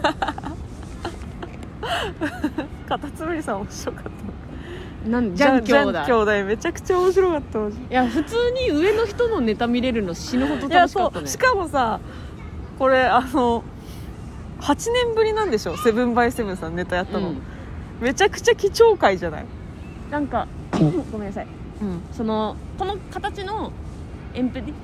カタツムリさん面白かったなんじゃん兄弟。 じゃん兄弟めちゃくちゃ面白かった。いや普通に上の人のネタ見れるの死ぬほど楽しかったね。 しかもさ、これあのはちねんぶりなんでしょ、セブンバイセブンさんネタやったの、うん、めちゃくちゃ貴重回じゃない。 なんかごめんなさい、うん、そのこの形のエンプテ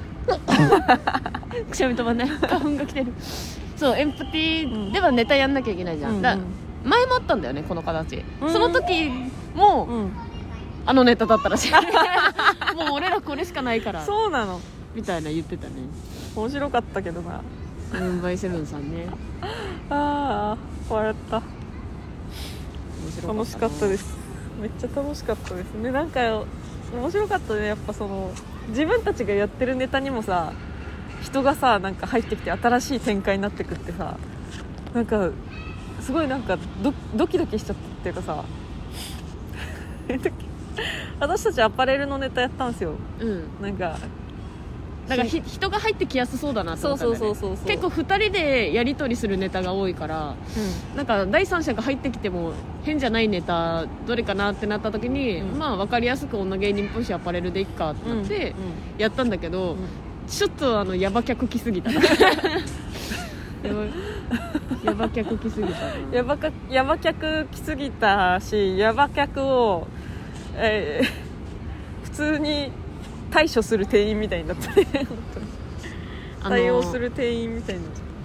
ィくしゃみ止まんない花粉が来てる。そうエンプティではネタやんなきゃいけないじゃん、うん、だ前もあったんだよねこの形、うん、その時も、うん、あのネタだったらしいもう俺らこれしかないからそうなのみたいな言ってたね。 面白かったけどな、 セブンバイセブンさんね。 ああ笑った。楽しかったです。めっちゃ楽しかったですね。なんか面白かったね。やっぱその自分たちがやってるネタにもさ、人がさなんか入ってきて新しい展開になってくってさ、なんかすごいなんか ド, ドキドキしちゃったっていうかさ私たちアパレルのネタやったんですよ、うん、なんかだからひ人が入ってきやすそうだなって思ったんだよね。 そうそうそうそうそう結構ふたりでやり取りするネタが多いから、うん、なんか第三者が入ってきても変じゃないネタどれかなってなった時に、うん、まあ分かりやすく女芸人っぽいしアパレルでいっかってなってやったんだけど、うんうん、ちょっとあのヤバ客来すぎたなヤバ客来すぎたなヤバかヤバ客来すぎたし、ヤバ客を、えー、普通に対処する店員みたいになったね本当に対応する店員みたいになっちゃった。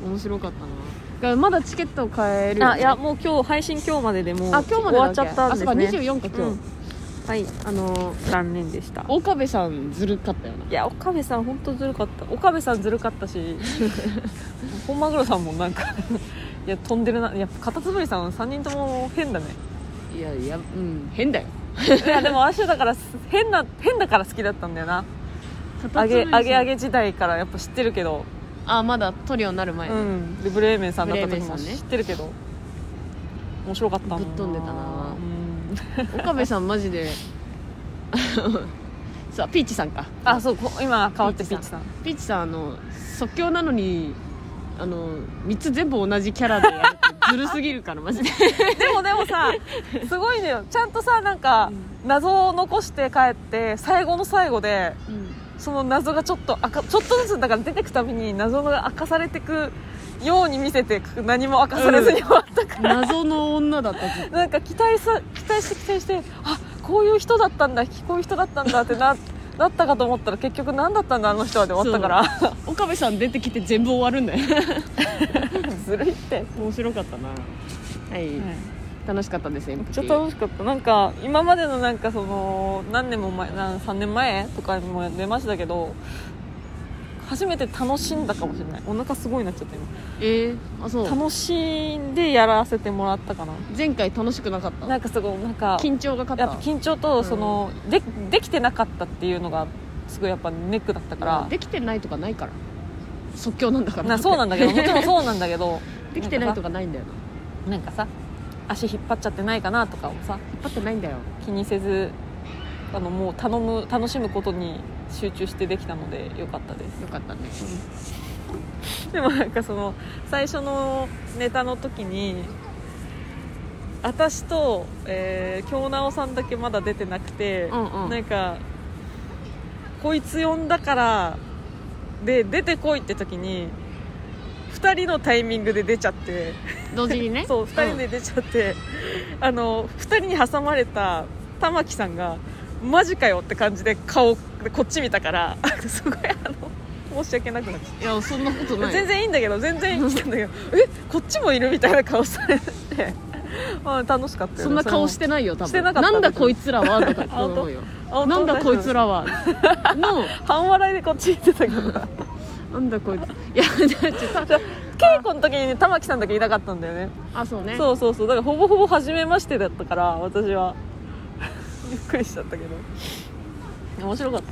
面白かったな。だからまだチケットを買えるよ、ね、 あいやもう今日配信今日まででもうあ今日まで終わっちゃったんですね。 あそうかにじゅうよんか今日、うん、 はいあのー、残念でした。 岡部さんずるかったよな。 いや岡部さん本当ずるかった。岡部さんずるかったし本マグロさんもなんかいや飛んでるな。やっぱカタツムリさんさんにんとも変だね。 いやいやうん変だよいやでも私だから変な変だから好きだったんだよな。あげあげあげ時代からやっぱ知ってるけど、 あまだトリオになる前に、うん、 でブレーメンさんだった時も知ってるけど、ね、面白かったぶっ飛んでたな、うん、岡部さんマジでそうピーチさんか。 あそう今変わってピーチさんピーチさんあの即興なのにあのみっつ全部同じキャラでやるってずるすぎるからマジででもでもさすごいのよ。ちゃんとさなんか、うん、謎を残して帰って最後の最後で、うん、その謎がちょっとあかちょっとずつだから出てくたびに謎が明かされてくように見せて何も明かされずに終わったから、 うん、謎の女だった。 なんか期待さ期待して期待してあこういう人だったんだこういう人だったんだってなだったかと思ったら結局何だったんだあの人はで終わったから岡部さん出てきて全部終わるんだよずるいって。 面白かったな。はい、はい、楽しかったですね。めっちゃ楽しかった。なんか今までのなんかその何年も前さんねんまえとかも出ましたけど初めて楽しんだかもしれない。お腹すごいなっちゃった今。 えー、あそう楽しんでやらせてもらったかな。 前回楽しくなかった。 なんかすごいなんか緊張が勝った。 やっぱ緊張とその、うん、で, できてなかったっていうのがすごいやっぱネックだったから。 できてないとかないから即興なんだからな。そうなんだけどもちろんそうなんだけどできてないとかないんだよな。なんかさ足引っ張っちゃってないかなとかをさ引っ張ってないんだよ気にせずあのもう頼む楽しむことに集中してできたのでよかったです。 よかったね、 うん、でもなんかその最初のネタの時に私と、えー、京直さんだけまだ出てなくて、うんうん、なんかこいつ呼んだからで出てこいって時にふたりのタイミングで出ちゃって同時にねそうふたりで出ちゃって、うん、あのふたりに挟まれた玉木さんがマジかよって感じで顔こっち見たからすごいあの申し訳なくなっちゃった。 いやそんなことない。 全然いいんだけど全然いいんだけどえこっちもいるみたいな顔されてあ楽しかったよ。 そんな顔してないよ多分。 してなかった。 なんだこいつらはとかって思うよなんだこいつらはの半笑いでこっち行ってたけどなんだこいつ。いや稽古の時に、ね、玉木さんだけいなかったんだよね。 あそうね。 そうそうそうだからほぼほぼ初めましてだったから私はびっくりしちゃったけど面白かった。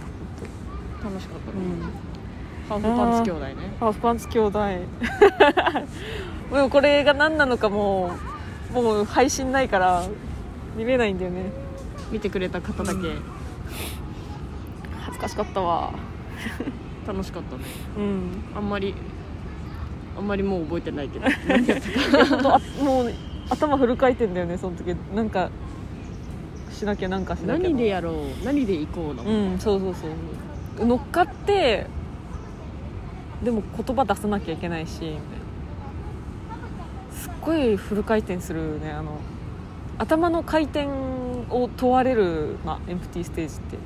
楽しかった、うん、ハーフパンツ兄弟ね。 ハーフパンツ兄弟でもこれが何なのかもうもう配信ないから見れないんだよね。 見てくれた方だけ、うん、 恥ずかしかったわ楽しかったね。 うんあんまりあんまりもう覚えてないけど何やったかもう頭フル回転だよねその時。なんかしなきゃなんかしなきゃ何でやろう何で行こうだもん。 うんそうそうそう乗っかってでも言葉出さなきゃいけないしすっごいフル回転するね。あの頭の回転を問われるなエンプティステージって、うん、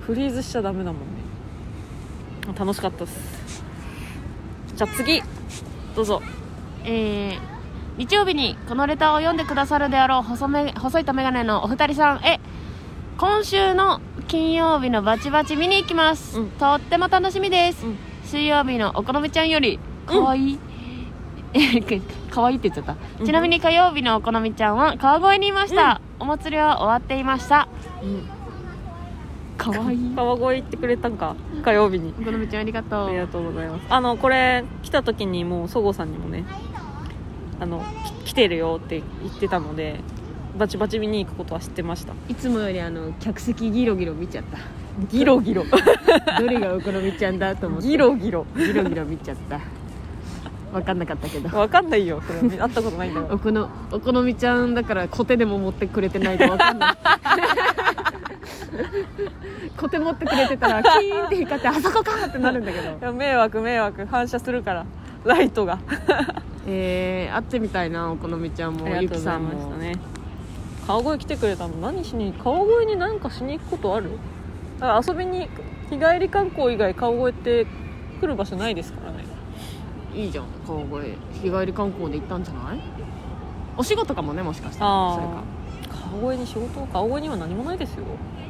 フリーズしちゃダメだもんね。楽しかったです。じゃあ次どうぞ。 えー、日曜日にこのレターを読んでくださるであろう細め細いとメガネのお二人さんへ今週の金曜日のバチバチ見に行きます、うん、とっても楽しみです、うん、水曜日のお好みちゃんよりかわいい、うん、かわいいって言っちゃった、うん、ちなみに火曜日のお好みちゃんは川越にいました、うん、お祭りは終わっていました、うんかわいい。 川越行ってくれたんか火曜日に。 お好みちゃんありがとう。 ありがとうございます。あのこれ来た時にもうそごさんにもねあの来てるよって言ってたのでバチバチ見に行くことは知ってました。 いつもよりあの客席ギロギロ見ちゃった。 ギロギロどれがお好みちゃんだと思ってギロギロギロギロ見ちゃった分かんなかったけど分かんないよそれは会ったことないんだからおこのお好みちゃんだからコテでも持ってくれてないと分かんないコテ持ってくれてたらキーンって光ってあそこかってなるんだけどいや迷惑迷惑反射するからライトがえー、会ってみたいなお好みちゃんもゆきさんもね川越来てくれたの何しに川越に何かしに行くことある？だから遊びに日帰り観光以外川越って来る場所ないですからね。 いいじゃん川越日帰り観光で行ったんじゃない？お仕事かもねもしかしたら。 あそれか川越に仕事川越には何もないですよ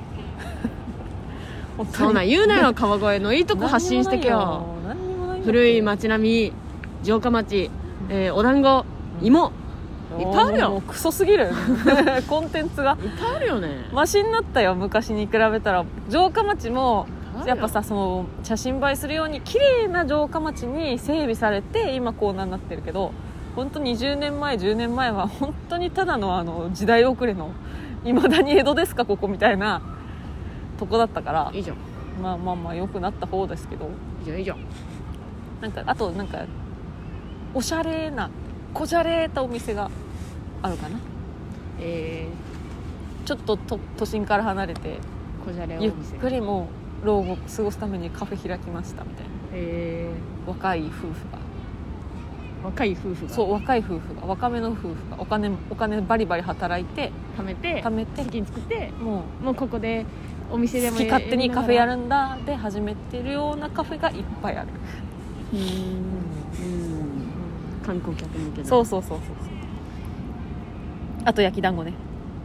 そうなん言うなよ川越のいいとこ発信してけよ。 何にもないよ古い町並み城下町、えー、お団子、うん、芋いっぱいあるよ。 もうクソすぎるコンテンツがいっぱいあるよね。 マシになったよ昔に比べたら。城下町もやっぱさその写真映えするように綺麗な城下町に整備されて今こうなになってるけど、本当にじゅうねんまえじゅうねんまえは本当にただのあの時代遅れのいまだに江戸ですかここみたいなとこだったから。 いいじゃん。 まあまあまあ良くなった方ですけど、 いいじゃんいいじゃん。 なんかあとなんかおしゃれなこじゃれたお店があるかな。 えー、ちょっとと都心から離れてこじゃれおゆっ店くりもう老後を過ごすためにカフェ開きましたみたいな、 えー、若い夫婦が若い夫婦がそう若い夫婦が若めの夫婦がお金お金バリバリ働いて貯めて貯めて資金作ってもうもうここでお店でも好き勝手にカフェやるんだで始めてるようなカフェがいっぱいある。 うーんうん観光客向けの。 そうそうそうそう。あと焼き団子ね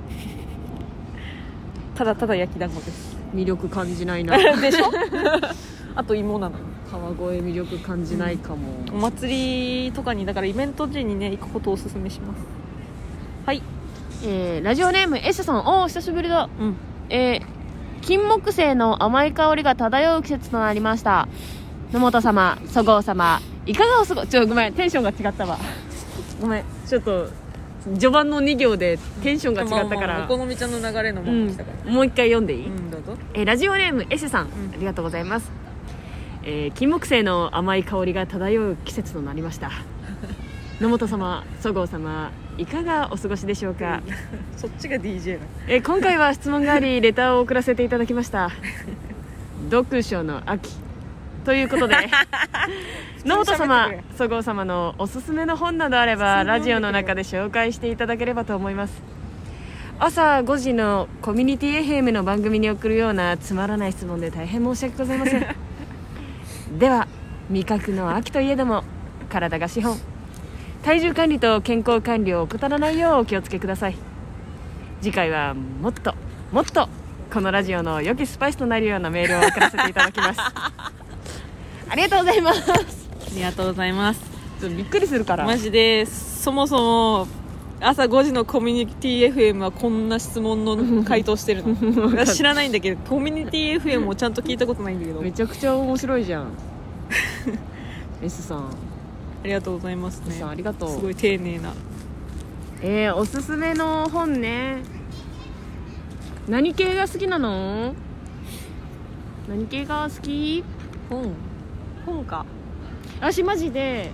ただただ焼き団子です。 魅力感じないなでしょあと芋なの。 川越魅力感じないかも、 うん、お祭りとかにだからイベント時にね行くことをおすすめします。はい、 えー、ラジオネーム S さん、おー久しぶりだ、 うんえー、金木犀の甘い香りが漂う季節となりました。野本様、そごう様、いかがお過ごし。ちょごめんテンションが違ったわごめんちょっと序盤のに行でテンションが違ったから、まあまあ、 お好みちゃんの流れのもの来たから、 うん、もう一回読んでいい、 うん、どうぞ。 えー、ラジオネーム S さん、うん、ありがとうございます。えー、金木犀の甘い香りが漂う季節となりました野本様、そごう様、いかがお過ごしでしょうかそっちが ディージェー だ、 えー、今回は質問がありレターを送らせていただきました読書の秋ということで野本様、そごう様のおすすめの本などあればラジオの中で紹介していただければと思います。朝ごじのコミュニティ エフエム の番組に送るようなつまらない質問で大変申し訳ございませんでは味覚の秋といえども体が資本、体重管理と健康管理を怠らないようお気をつけください。次回はもっともっとこのラジオの良きスパイスとなるようなメールを送らせていただきますありがとうございますありがとうございます。 ちょっとびっくりするからマジでそもそも朝ごじのコミュニティ エフエム はこんな質問の回答してるの私知らないんだけどコミュニティ エフエム もちゃんと聞いたことないんだけどめちゃくちゃ面白いじゃんS さんありがとうございますね。 S さんありがとう。 すごい丁寧な。 えー、おすすめの本ね。何系が好きなの？何系が好き？ 本本か。 私マジで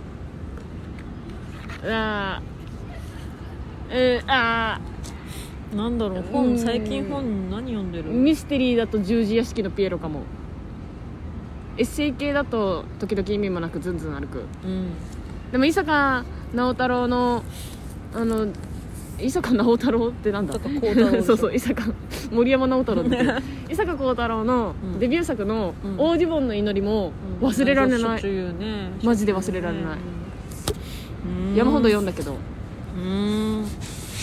あえー、あなんだろう本最近本何読んでる？ ミステリーだと十字屋敷のピエロかも。エッセイ系だと時々意味もなくずんずん歩く、うん、でも伊坂直太郎のあの伊坂直太郎ってなんだそうそう伊坂森山直太郎って伊坂幸太郎のデビュー作の「オーディボンの祈り」も忘れられない、うん、ね、マジで忘れられない、うん、山ほど読んだけどうーん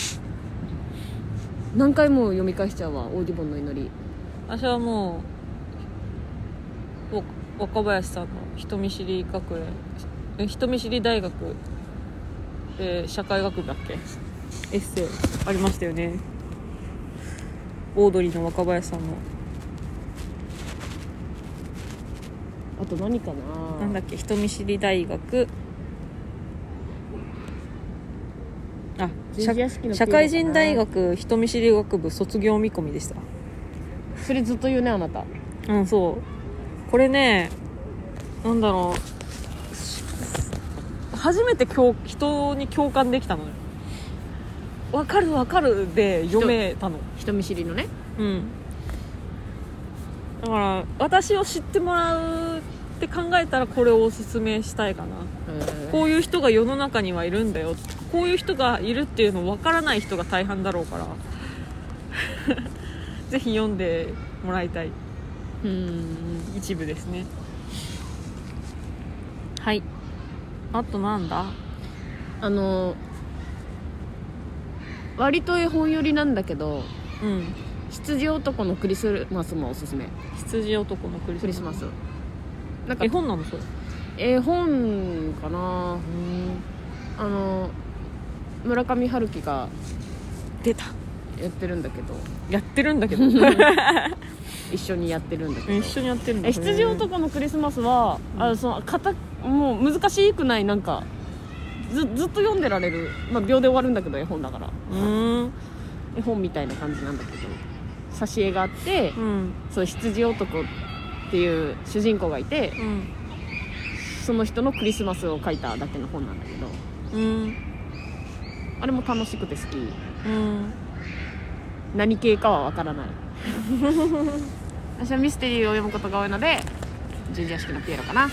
何回も読み返しちゃうわ「オーディボンの祈り」。 私はもう若林さんの人見知り学園人見知り大学、えー、社会学部だっけエッセイありましたよね。オードリーの若林さんの。 あと何かな、 なんだっけ、人見知り大学、あ、社, 社会人大学人見知り学部卒業見込みでしたそれずっと言うねあなた。 うん、そうこれね、なんだろう、初めて共人に共感できたのよ。分かる分かるで読めたの。 人見知りのね。 うん、だから私を知ってもらうって考えたらこれをおすすめしたいかな。こういう人が世の中にはいるんだよ、こういう人がいるっていうの分からない人が大半だろうからぜひ読んでもらいたいうん一部ですね。はい、あとなんだ、 あの割と絵本寄りなんだけど、 うん、 羊男のクリスマスもおすすめ。 羊男のクリスマス、 クリスマスなんか絵本なのそれ。 絵本かな。うんあの村上春樹が出たやってるんだけどやってるんだけど一緒にやってるんだけど一緒にやってるんだ。 え羊男のクリスマスは、うん、あそのかたもう難しくない、なんか ず, ずっと読んでられる、まあ、秒で終わるんだけど絵本だからうーん絵本みたいな感じなんだけど挿絵があって、うん、そう羊男っていう主人公がいて、うん、その人のクリスマスを描いただけの本なんだけど、うん、あれも楽しくて好き、うん、何系かはわからない私はミステリーを読むことが多いのでジンジャー式のピエロかな。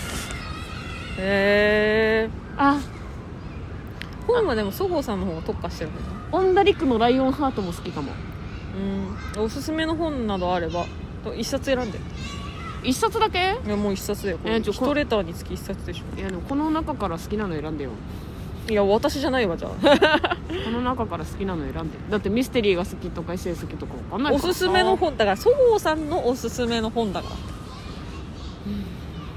へえ。 あ本はでもそごうさんの方が特化してるもんな。オンダリクのライオンハートも好きかも。 うん、おすすめの本などあれば一冊選んで。 一冊だけ？ いやもう一冊だよ。これ一レターにつき一冊でしょ。 いやでもこの中から好きなの選んでよ。 いや私じゃないわじゃあこの中から好きなの選んで。だってミステリーが好きとかエッセイ好きとか分かんないから。 おすすめの本だからそごうさんのおすすめの本だから、うん、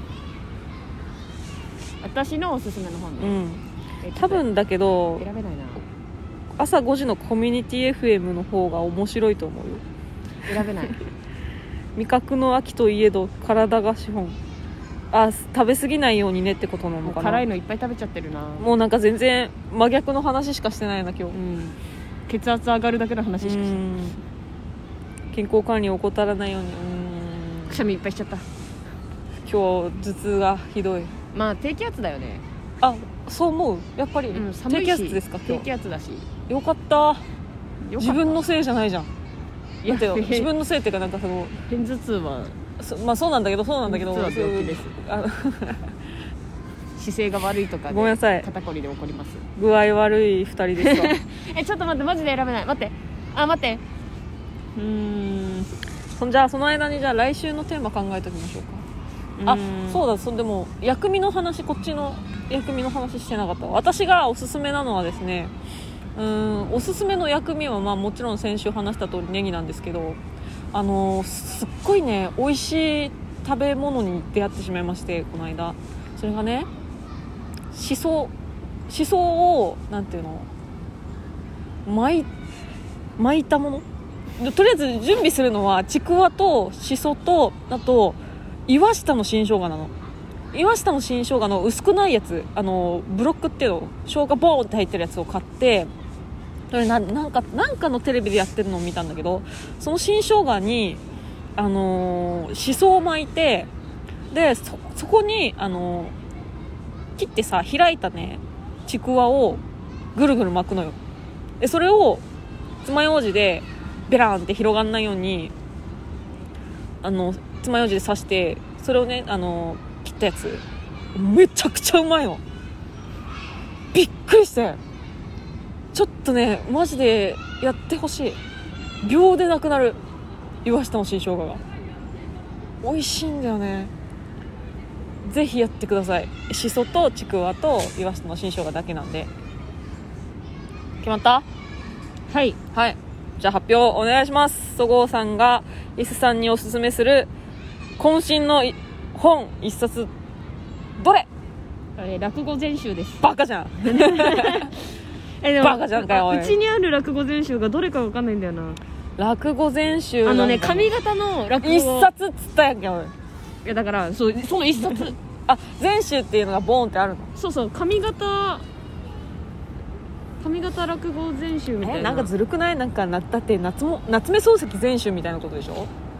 私のおすすめの本ね、 うん、多分だけど選べないな。 朝ごじのコミュニティ エフエム の方が面白いと思うよ。 選べない味覚の秋といえど体が資本。あ、食べ過ぎないようにねってことなのかな。 辛いのいっぱい食べちゃってるな。 もうなんか全然真逆の話しかしてないな今日、うん、 血圧上がるだけの話しかしてない。 健康管理を怠らないように。 うんくしゃみいっぱいしちゃった。 今日頭痛がひどい。 まあ低気圧だよね。 あ、そう思う。やっぱり、 うん、寒いし低気圧ですか今日。 低気圧だしよかった。よかった自分のせいじゃないじゃん。いや自分のせいっていうかなんかその片頭痛はそまあそうなんだけどそうなんだけど実は病気です。あ姿勢が悪いとかでごめんなさい肩こりで起こります。 具合悪いふたりですかえちょっと待ってマジで選べない。待ってあ待ってうーんそんじゃあその間にじゃあ来週のテーマ考えておきましょうか。あそうだそでも薬味の話こっちの薬味の話してなかった。私がおすすめなのはですねうーんおすすめの薬味はまあもちろん先週話した通りネギなんですけどあのー、すっごいね美味しい食べ物に出会ってしまいましてこの間。それがねしそしそをなんていうの巻い巻いたもの。とりあえず準備するのはちくわとしそとあと岩下の新生姜なの。岩下の新生姜の薄くないやつあのブロックっていうの生姜ボーンって入ってるやつを買ってそれ な, なんかなんかのテレビでやってるのを見たんだけどその新生姜にあのー、しそを巻いてで そ, そこに、あのー、切ってさ開いたねちくわをぐるぐる巻くのよ。でそれを爪楊枝でベラーンって広がんないようにあの爪楊枝で刺してそれをねあの切ったやつめちゃくちゃうまいの。びっくりしてちょっとねマジでやってほしい。秒でなくなる岩下の新生姜が美味しいんだよね。ぜひやってください。しそとちくわと岩下の新生姜だけなんで。決まった？ はいはいじゃあ発表お願いします。そごうさんが S さんにおすすめする渾身の本一冊どれ？ えー、落語全集です。 バカじゃんえでもバカじゃんかよおい。 うちにある落語全集がどれか分かんないんだよな。 落語全集あのね髪型の落語一冊っつったやんけおい。 いやだからそうその一冊あ全集っていうのがボーンってあるの。 そうそう髪型髪型落語全集みたいな。 えなんかずるくない？なんかだって夏も夏目漱石全集みたいなことでしょ。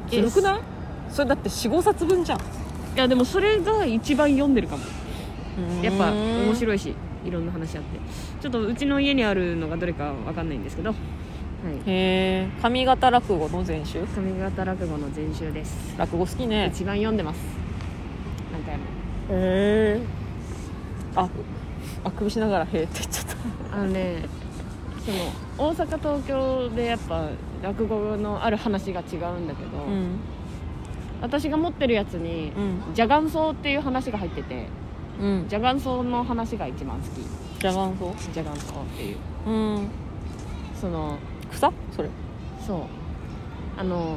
ずるくない？それだって よん,ご 冊分じゃん。いやでもそれが一番読んでるかも。やっぱ面白いしいろんな話あって、ちょっとうちの家にあるのがどれかわかんないんですけど、はい、 へー、上方落語の全集？ 上方落語の全集です。 落語好きね。 一番読んでます、何回も。 へー、ああくびしながらへーって言っちゃった。 あのね、その大阪東京でやっぱ落語のある話が違うんだけど、うん、私が持ってるやつに、うん、ジャガンソウっていう話が入ってて、うん、ジャガンソウの話が一番好き。 ジャガンソウ？ ジャガンソウっていう、うん、その草？それ？ そう、あの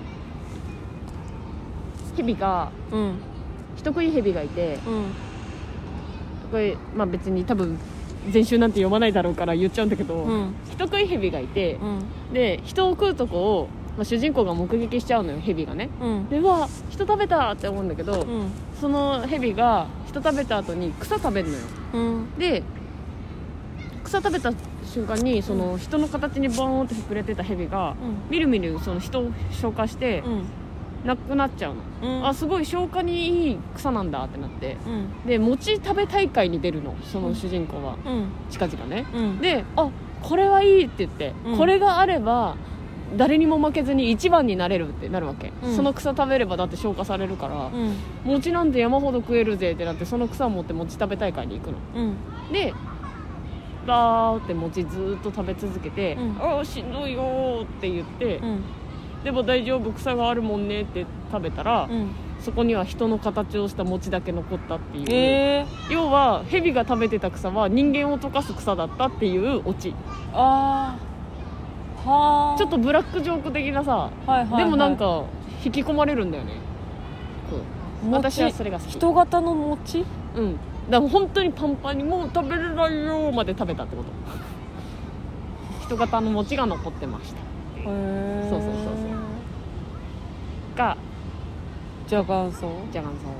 蛇が、うん、人食い蛇がいて、うん、これ、まあ、別に多分全集なんて読まないだろうから言っちゃうんだけど、うん、人食い蛇がいて、うん、で人を食うとこを、まあ、主人公が目撃しちゃうのよ、蛇がね、うん、でうわ人食べたって思うんだけど、うん、その蛇が人食べた後に草食べるのよ、うん、で草食べた瞬間にその人の形にボーンって膨れてた蛇が、うん、みるみるその人を消化して、うんなくなっちゃうの、うん、あすごい消化にいい草なんだってなって、うん、で餅食べ大会に出るの、その主人公は、うん、近々ね、うん、であこれはいいって言って、うん、これがあれば誰にも負けずに一番になれるってなるわけ、うん、その草食べればだって消化されるから、うん、餅なんて山ほど食えるぜってなって、その草を持って餅食べ大会に行くの、うん、でバーって餅ずっと食べ続けて、うん、あしんどいよって言って、うんでも大丈夫草があるもんねって食べたら、うん、そこには人の形をした餅だけ残ったっていう、えー、要は蛇が食べてた草は人間を溶かす草だったっていうオチ。あーはーちょっとブラックジョーク的なさ、はいはいはい、でもなんか引き込まれるんだよね。私はそれが好き。 人型の餅？ うん、だから本当にパンパンにもう食べれないよまで食べたってこと人型の餅が残ってました。へーそうそうそうそうがジャガンソウジャガンソ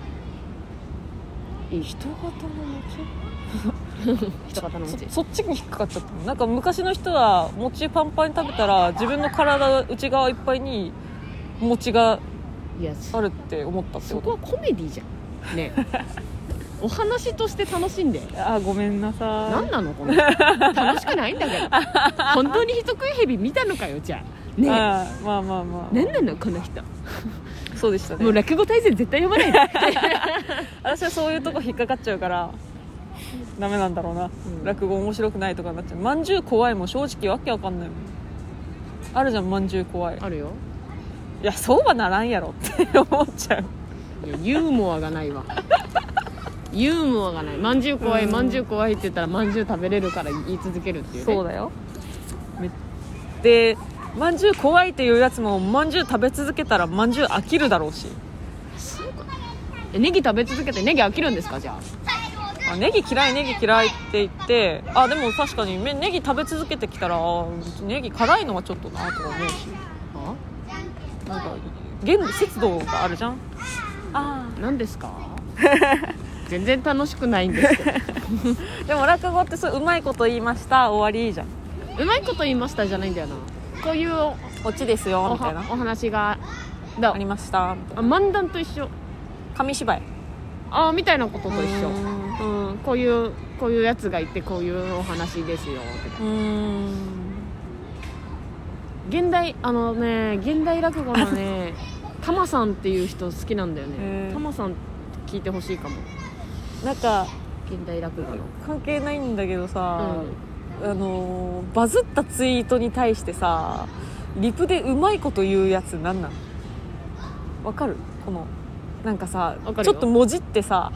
ウいい人型の餅人型の餅そ, そっちに引っかかっちゃったの。なんか昔の人は餅パンパンに食べたら自分の体内側いっぱいに餅があるって思ったってこと。 そこはコメディじゃんねお話として楽しんで。 あごめんなさい。 何なのこの楽しくないんだけど本当に人食い蛇見たのかよじゃあねえ。あまあまあまあ何なのこの人そうでしたね。 もう落語大全絶対読まないで私はそういうとこ引っかかっちゃうからダメなんだろうな、うん、落語面白くないとかになっちゃう。まんじゅう怖いも正直わけわかんないもん。あるじゃんまんじゅう怖い。 あるよ。 いやそうはならんやろって思っちゃう。 いやユーモアがないわユーモアがない。まんじゅう怖いまんじゅう怖いって言ったらまんじゅう食べれるから言い続けるっていうね。 そうだよ。でまんじゅう怖いっていうやつもまんじゅう食べ続けたらまんじゅう飽きるだろうし。 そうか。えネギ食べ続けてネギ飽きるんですかじゃあ。あネギ嫌いネギ嫌いって言ってあでも確かにネギ食べ続けてきたらネギ辛いのはちょっとなとか思うし。あなんか限節度があるじゃん。 あ何ですか全然楽しくないんですけどでも落語ってそううまいこと言いました終わりいいじゃん。 うまいこと言いましたじゃないんだよな。こういうオチですよみたいなお話がだありましたみたいな。 あ漫談と一緒。 紙芝居あみたいなことと一緒。うんうんこういうこういうやつがいてこういうお話ですよって。うーん現代あのね現代落語のねタマさんっていう人好きなんだよね。タマさん聞いてほしいかも。 なんか現代落語の関係ないんだけどさ、うん、あのバズったツイートに対してさリプでうまいこと言うやつなんなのわかる？このなんかさちょっともじってさ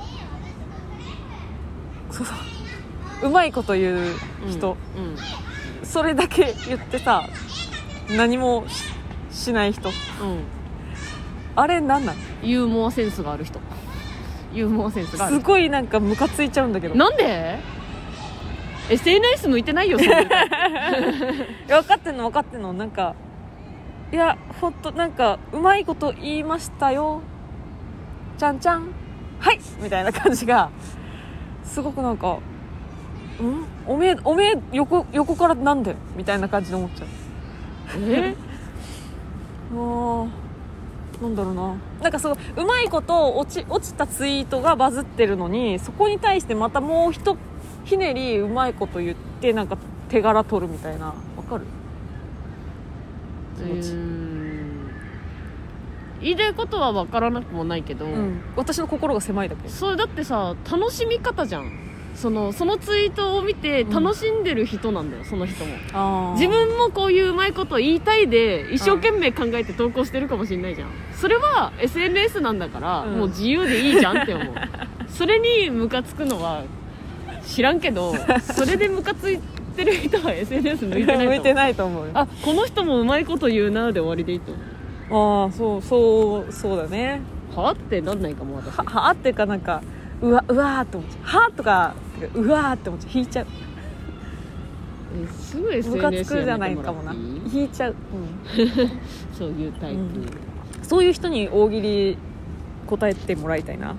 そうそううまいこと言う人、うんうん、それだけ言ってさ何も し, しない人、うん、あれなんなの？ ユーモアセンスがある人。ユーモアセンスがある。 すごいなんかムカついちゃうんだけど。 なんで エスエヌエス 向いてないよそれ分かってんの分かってんの。なんかいやほんとなんかうまいこと言いましたよちゃんちゃんはいみたいな感じがすごくなんかんおめえおめえ 横, 横からなんでみたいな感じで思っちゃう。えもうなんだろうな、なんかそううまいこと落ち落ちたツイートがバズってるのに、そこに対してまたもうひとひねりうまいこと言ってなんか手柄取るみたいな、わかる？ うーん、言いたいことは分からなくもないけど、うん、 私の心が狭いだけ。 それだってさ、楽しみ方じゃん。そのそのツイートを見て楽しんでる人なんだよ、うん、その人も。あ、自分もこういううまいこと言いたいで一生懸命考えて投稿してるかもしれないじゃん。それは エスエヌエス なんだから、うん、もう自由でいいじゃんって思う。それにムカつくのは知らんけど、それでムカついてる人は エスエヌエス 向いてないと思う。 向いてないと思うよ。 あ、この人もうまいこと言うなで終わりでいいと思う。ああ、そうそうそうだね。 はってなんないかも私。 ははっていうか、なんかうわうわーって思っちゃう。はとかうわーって思っちゃう。引いちゃう。 え、すぐ エスエヌエス やめてもらっていい？ムカつくじゃないかもな。 引いちゃう、うん、 そういうタイプ、うん、 そういう人に大喜利答えてもらいたいな。かわ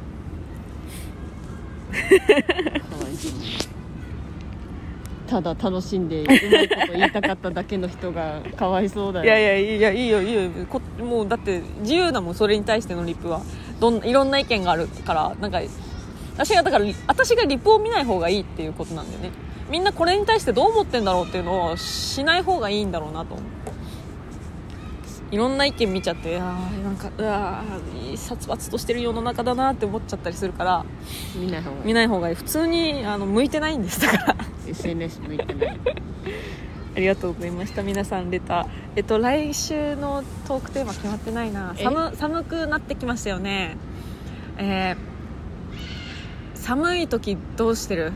いそう。ただ楽しんでうまいこと言いたかっただけの人がかわいそうだよ。 いやいやいや、いいよいいよ、こもうだって自由だもん、それに対してのリプは。どんいろんな意見があるから、なんか私がだから私がリプを見ない方がいいっていうことなんだよね。みんなこれに対してどう思ってんだろうっていうのをしない方がいいんだろうなと思う。いろんな意見見ちゃって、あーなんかうわー殺伐としてる世の中だなって思っちゃったりするから、 見ない方がいい。 見ない方がいい。普通にあの向いてないんです、だから。 エスエヌエス 向いてない。 ありがとうございました。皆さんレター、えっと来週のトークテーマ決まってないな。寒寒くなってきましたよね。えー、寒い時どうしてる？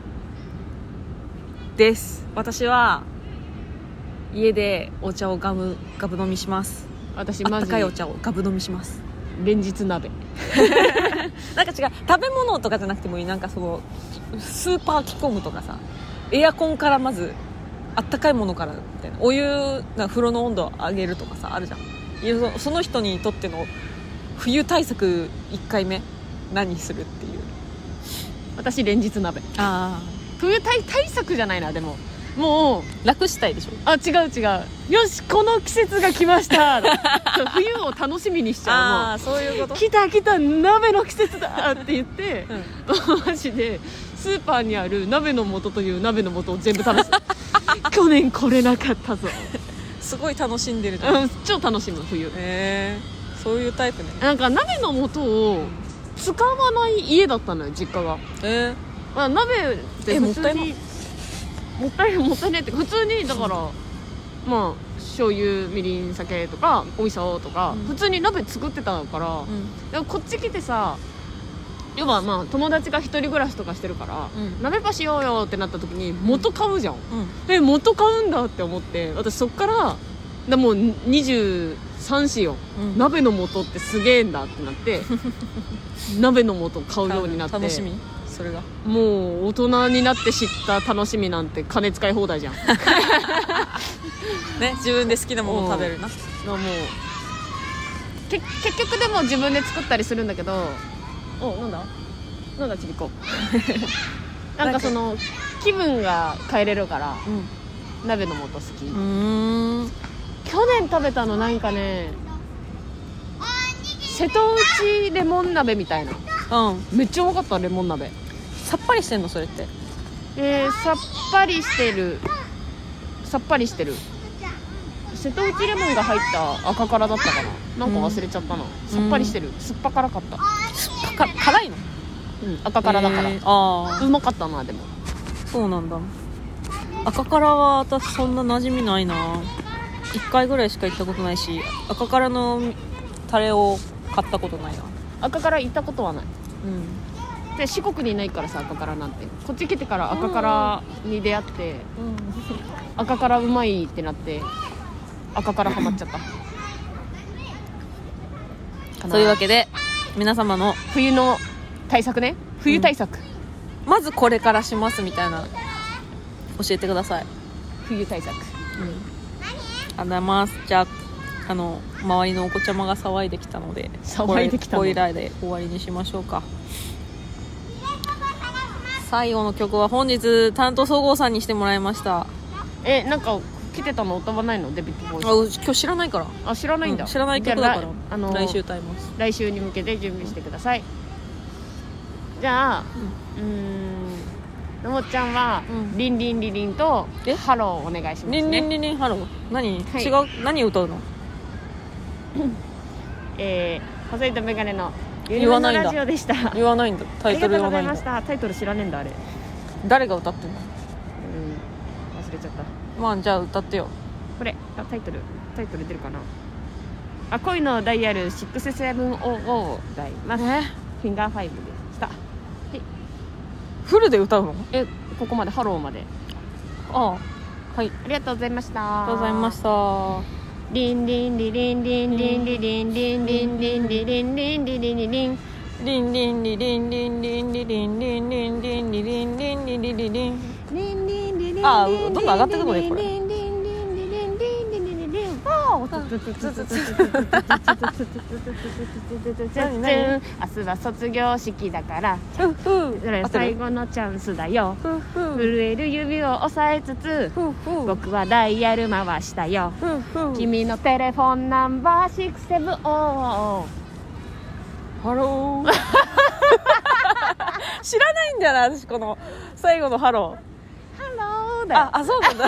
です。私は家でお茶をガブガブ飲みします。 私マジあったかいお茶をガブ飲みします。 連日鍋。 なんか違う、食べ物とかじゃなくてもいい。なんかそのスーパー着込むとかさ、エアコンからまずあったかいものからみたいな、お湯な風呂の温度を上げるとかさ、あるじゃん。その人にとっての冬対策いっかいめ何するっていう。 私連日鍋。ああ、冬 対, 対策じゃないな。でももう楽したいでしょ。 あ、違う違う、よしこの季節が来ました冬を楽しみにしちゃう。 ああ、そういうこと。 来た来た鍋の季節だって言って、うん、マジでスーパーにある鍋の素という鍋の素を全部試す。去年これなかったぞ。 すごい楽しんでるじゃん、 うん、超楽しむ冬。 へー、そういうタイプね。 なんか鍋の素を使わない家だったのよ、実家が。えーまあ、鍋って普通にもったいないもったいないって普通にだから、うん、まあ醤油みりん酒とかお味噌とか、うん、普通に鍋作ってたから、うん、でもこっち来てさ、要はまあ友達が一人暮らしとかしてるから、うん、鍋パしようよってなった時に元買うじゃん、うん、え元買うんだって思って、私そっからでもうにじゅうさんしよ、うん、鍋の素ってすげえんだってなって鍋の素買うようになって。 楽しみ、それがもう大人になって知った楽しみなんて金使い放題じゃん。 ね、自分で好きなもの食べるな。もうけ結局でも自分で作ったりするんだけど、お、なんだなんだちびこ。なんかその気分が変えれるから、うん、鍋の素好き。うーん、去年食べたのなんかね、瀬戸内レモン鍋みたいな、うん、めっちゃうまかった。レモン鍋さっぱりしてんのそれって？ えー、さっぱりしてるさっぱりしてる。瀬戸内レモンが入った赤辛だったかな、なんか忘れちゃったな、うん、さっぱりしてる、酸っぱ辛かった。 酸っぱか辛いの？ うん、赤辛だから、えー、あうまかったな。でもそうなんだ。赤辛は私そんな馴染みないな。いっかいぐらいしか行ったことないし、赤辛のタレを買ったことないな。 赤辛行ったことはない、うん、で四国にいないからさ、赤辛なんて。こっち来てから赤辛に出会って、うん、赤辛うまいってなって赤辛ハマっちゃったというわけで皆様の冬の対策ね、冬対策、 うん、まずこれからしますみたいな教えてください。 冬対策、うん、 ありがとうございます。じゃああの周りのお子ちゃまが騒いできたので、 騒いできたのこれらで終わりにしましょうか。最後の曲は本日担当総合さんにしてもらいました。 え、なんか来てたの歌わないの？デビッド・ボーイあ今日知らないから。 あ知らないんだ、 うん、知らない曲だから。 あの来週歌います。 来週に向けて準備してください。じゃあうーんのもちゃんは、うん、リンリンリリンとハローお願いしますね。 リンリンリリンハロー何、はい、違う何歌うの？ えー、細いとメガネのユニバのラジオでした。 言わないんだ。タイトル言わないんだ。ありがとうございました。 タイトル知らねえんだあれ。 誰が歌ってんの？ うん忘れちゃった。 まあじゃあ歌ってよ。 これあタイトルタイトル出るかなあ。恋のダイヤルろくななゼロゼロ歌います。えフィンガーファイブでした。はい。 フルで歌うの？ えここまでハローまで。 ああはいありがとうございました。 ありがとうございました。 リンリンリリンリンリンリリンリンリンリンリリンリンリリンリリンリンリンリリンリンリンリリンリンリンリンリリンリンリンリリリンああどんどん上がってくのねこれ。 明日は卒業式だから最後のチャンスだよ。震える指を押さえつつ僕はダイヤル回したよ。君のテレフォンナンバーろくななゼロゼロハロー知らないんだよな私この最後のハローハローだよ。 ああそうなんだ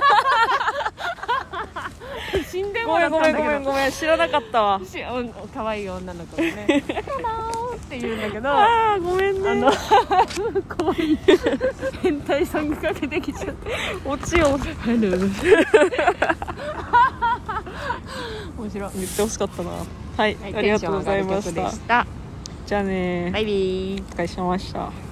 死んでもごめんごらったんだけどめんごめんごめん知らなかったわ。 可愛い女の子がねハローって言うんだけどあーごめんね。 あの怖い変態ソングかけてきちゃってオチをハロー面白い。 言ってほしかったな。はい、 はい、 ありがとうございました。 したじゃあねバイビー。 お疲れ様でした。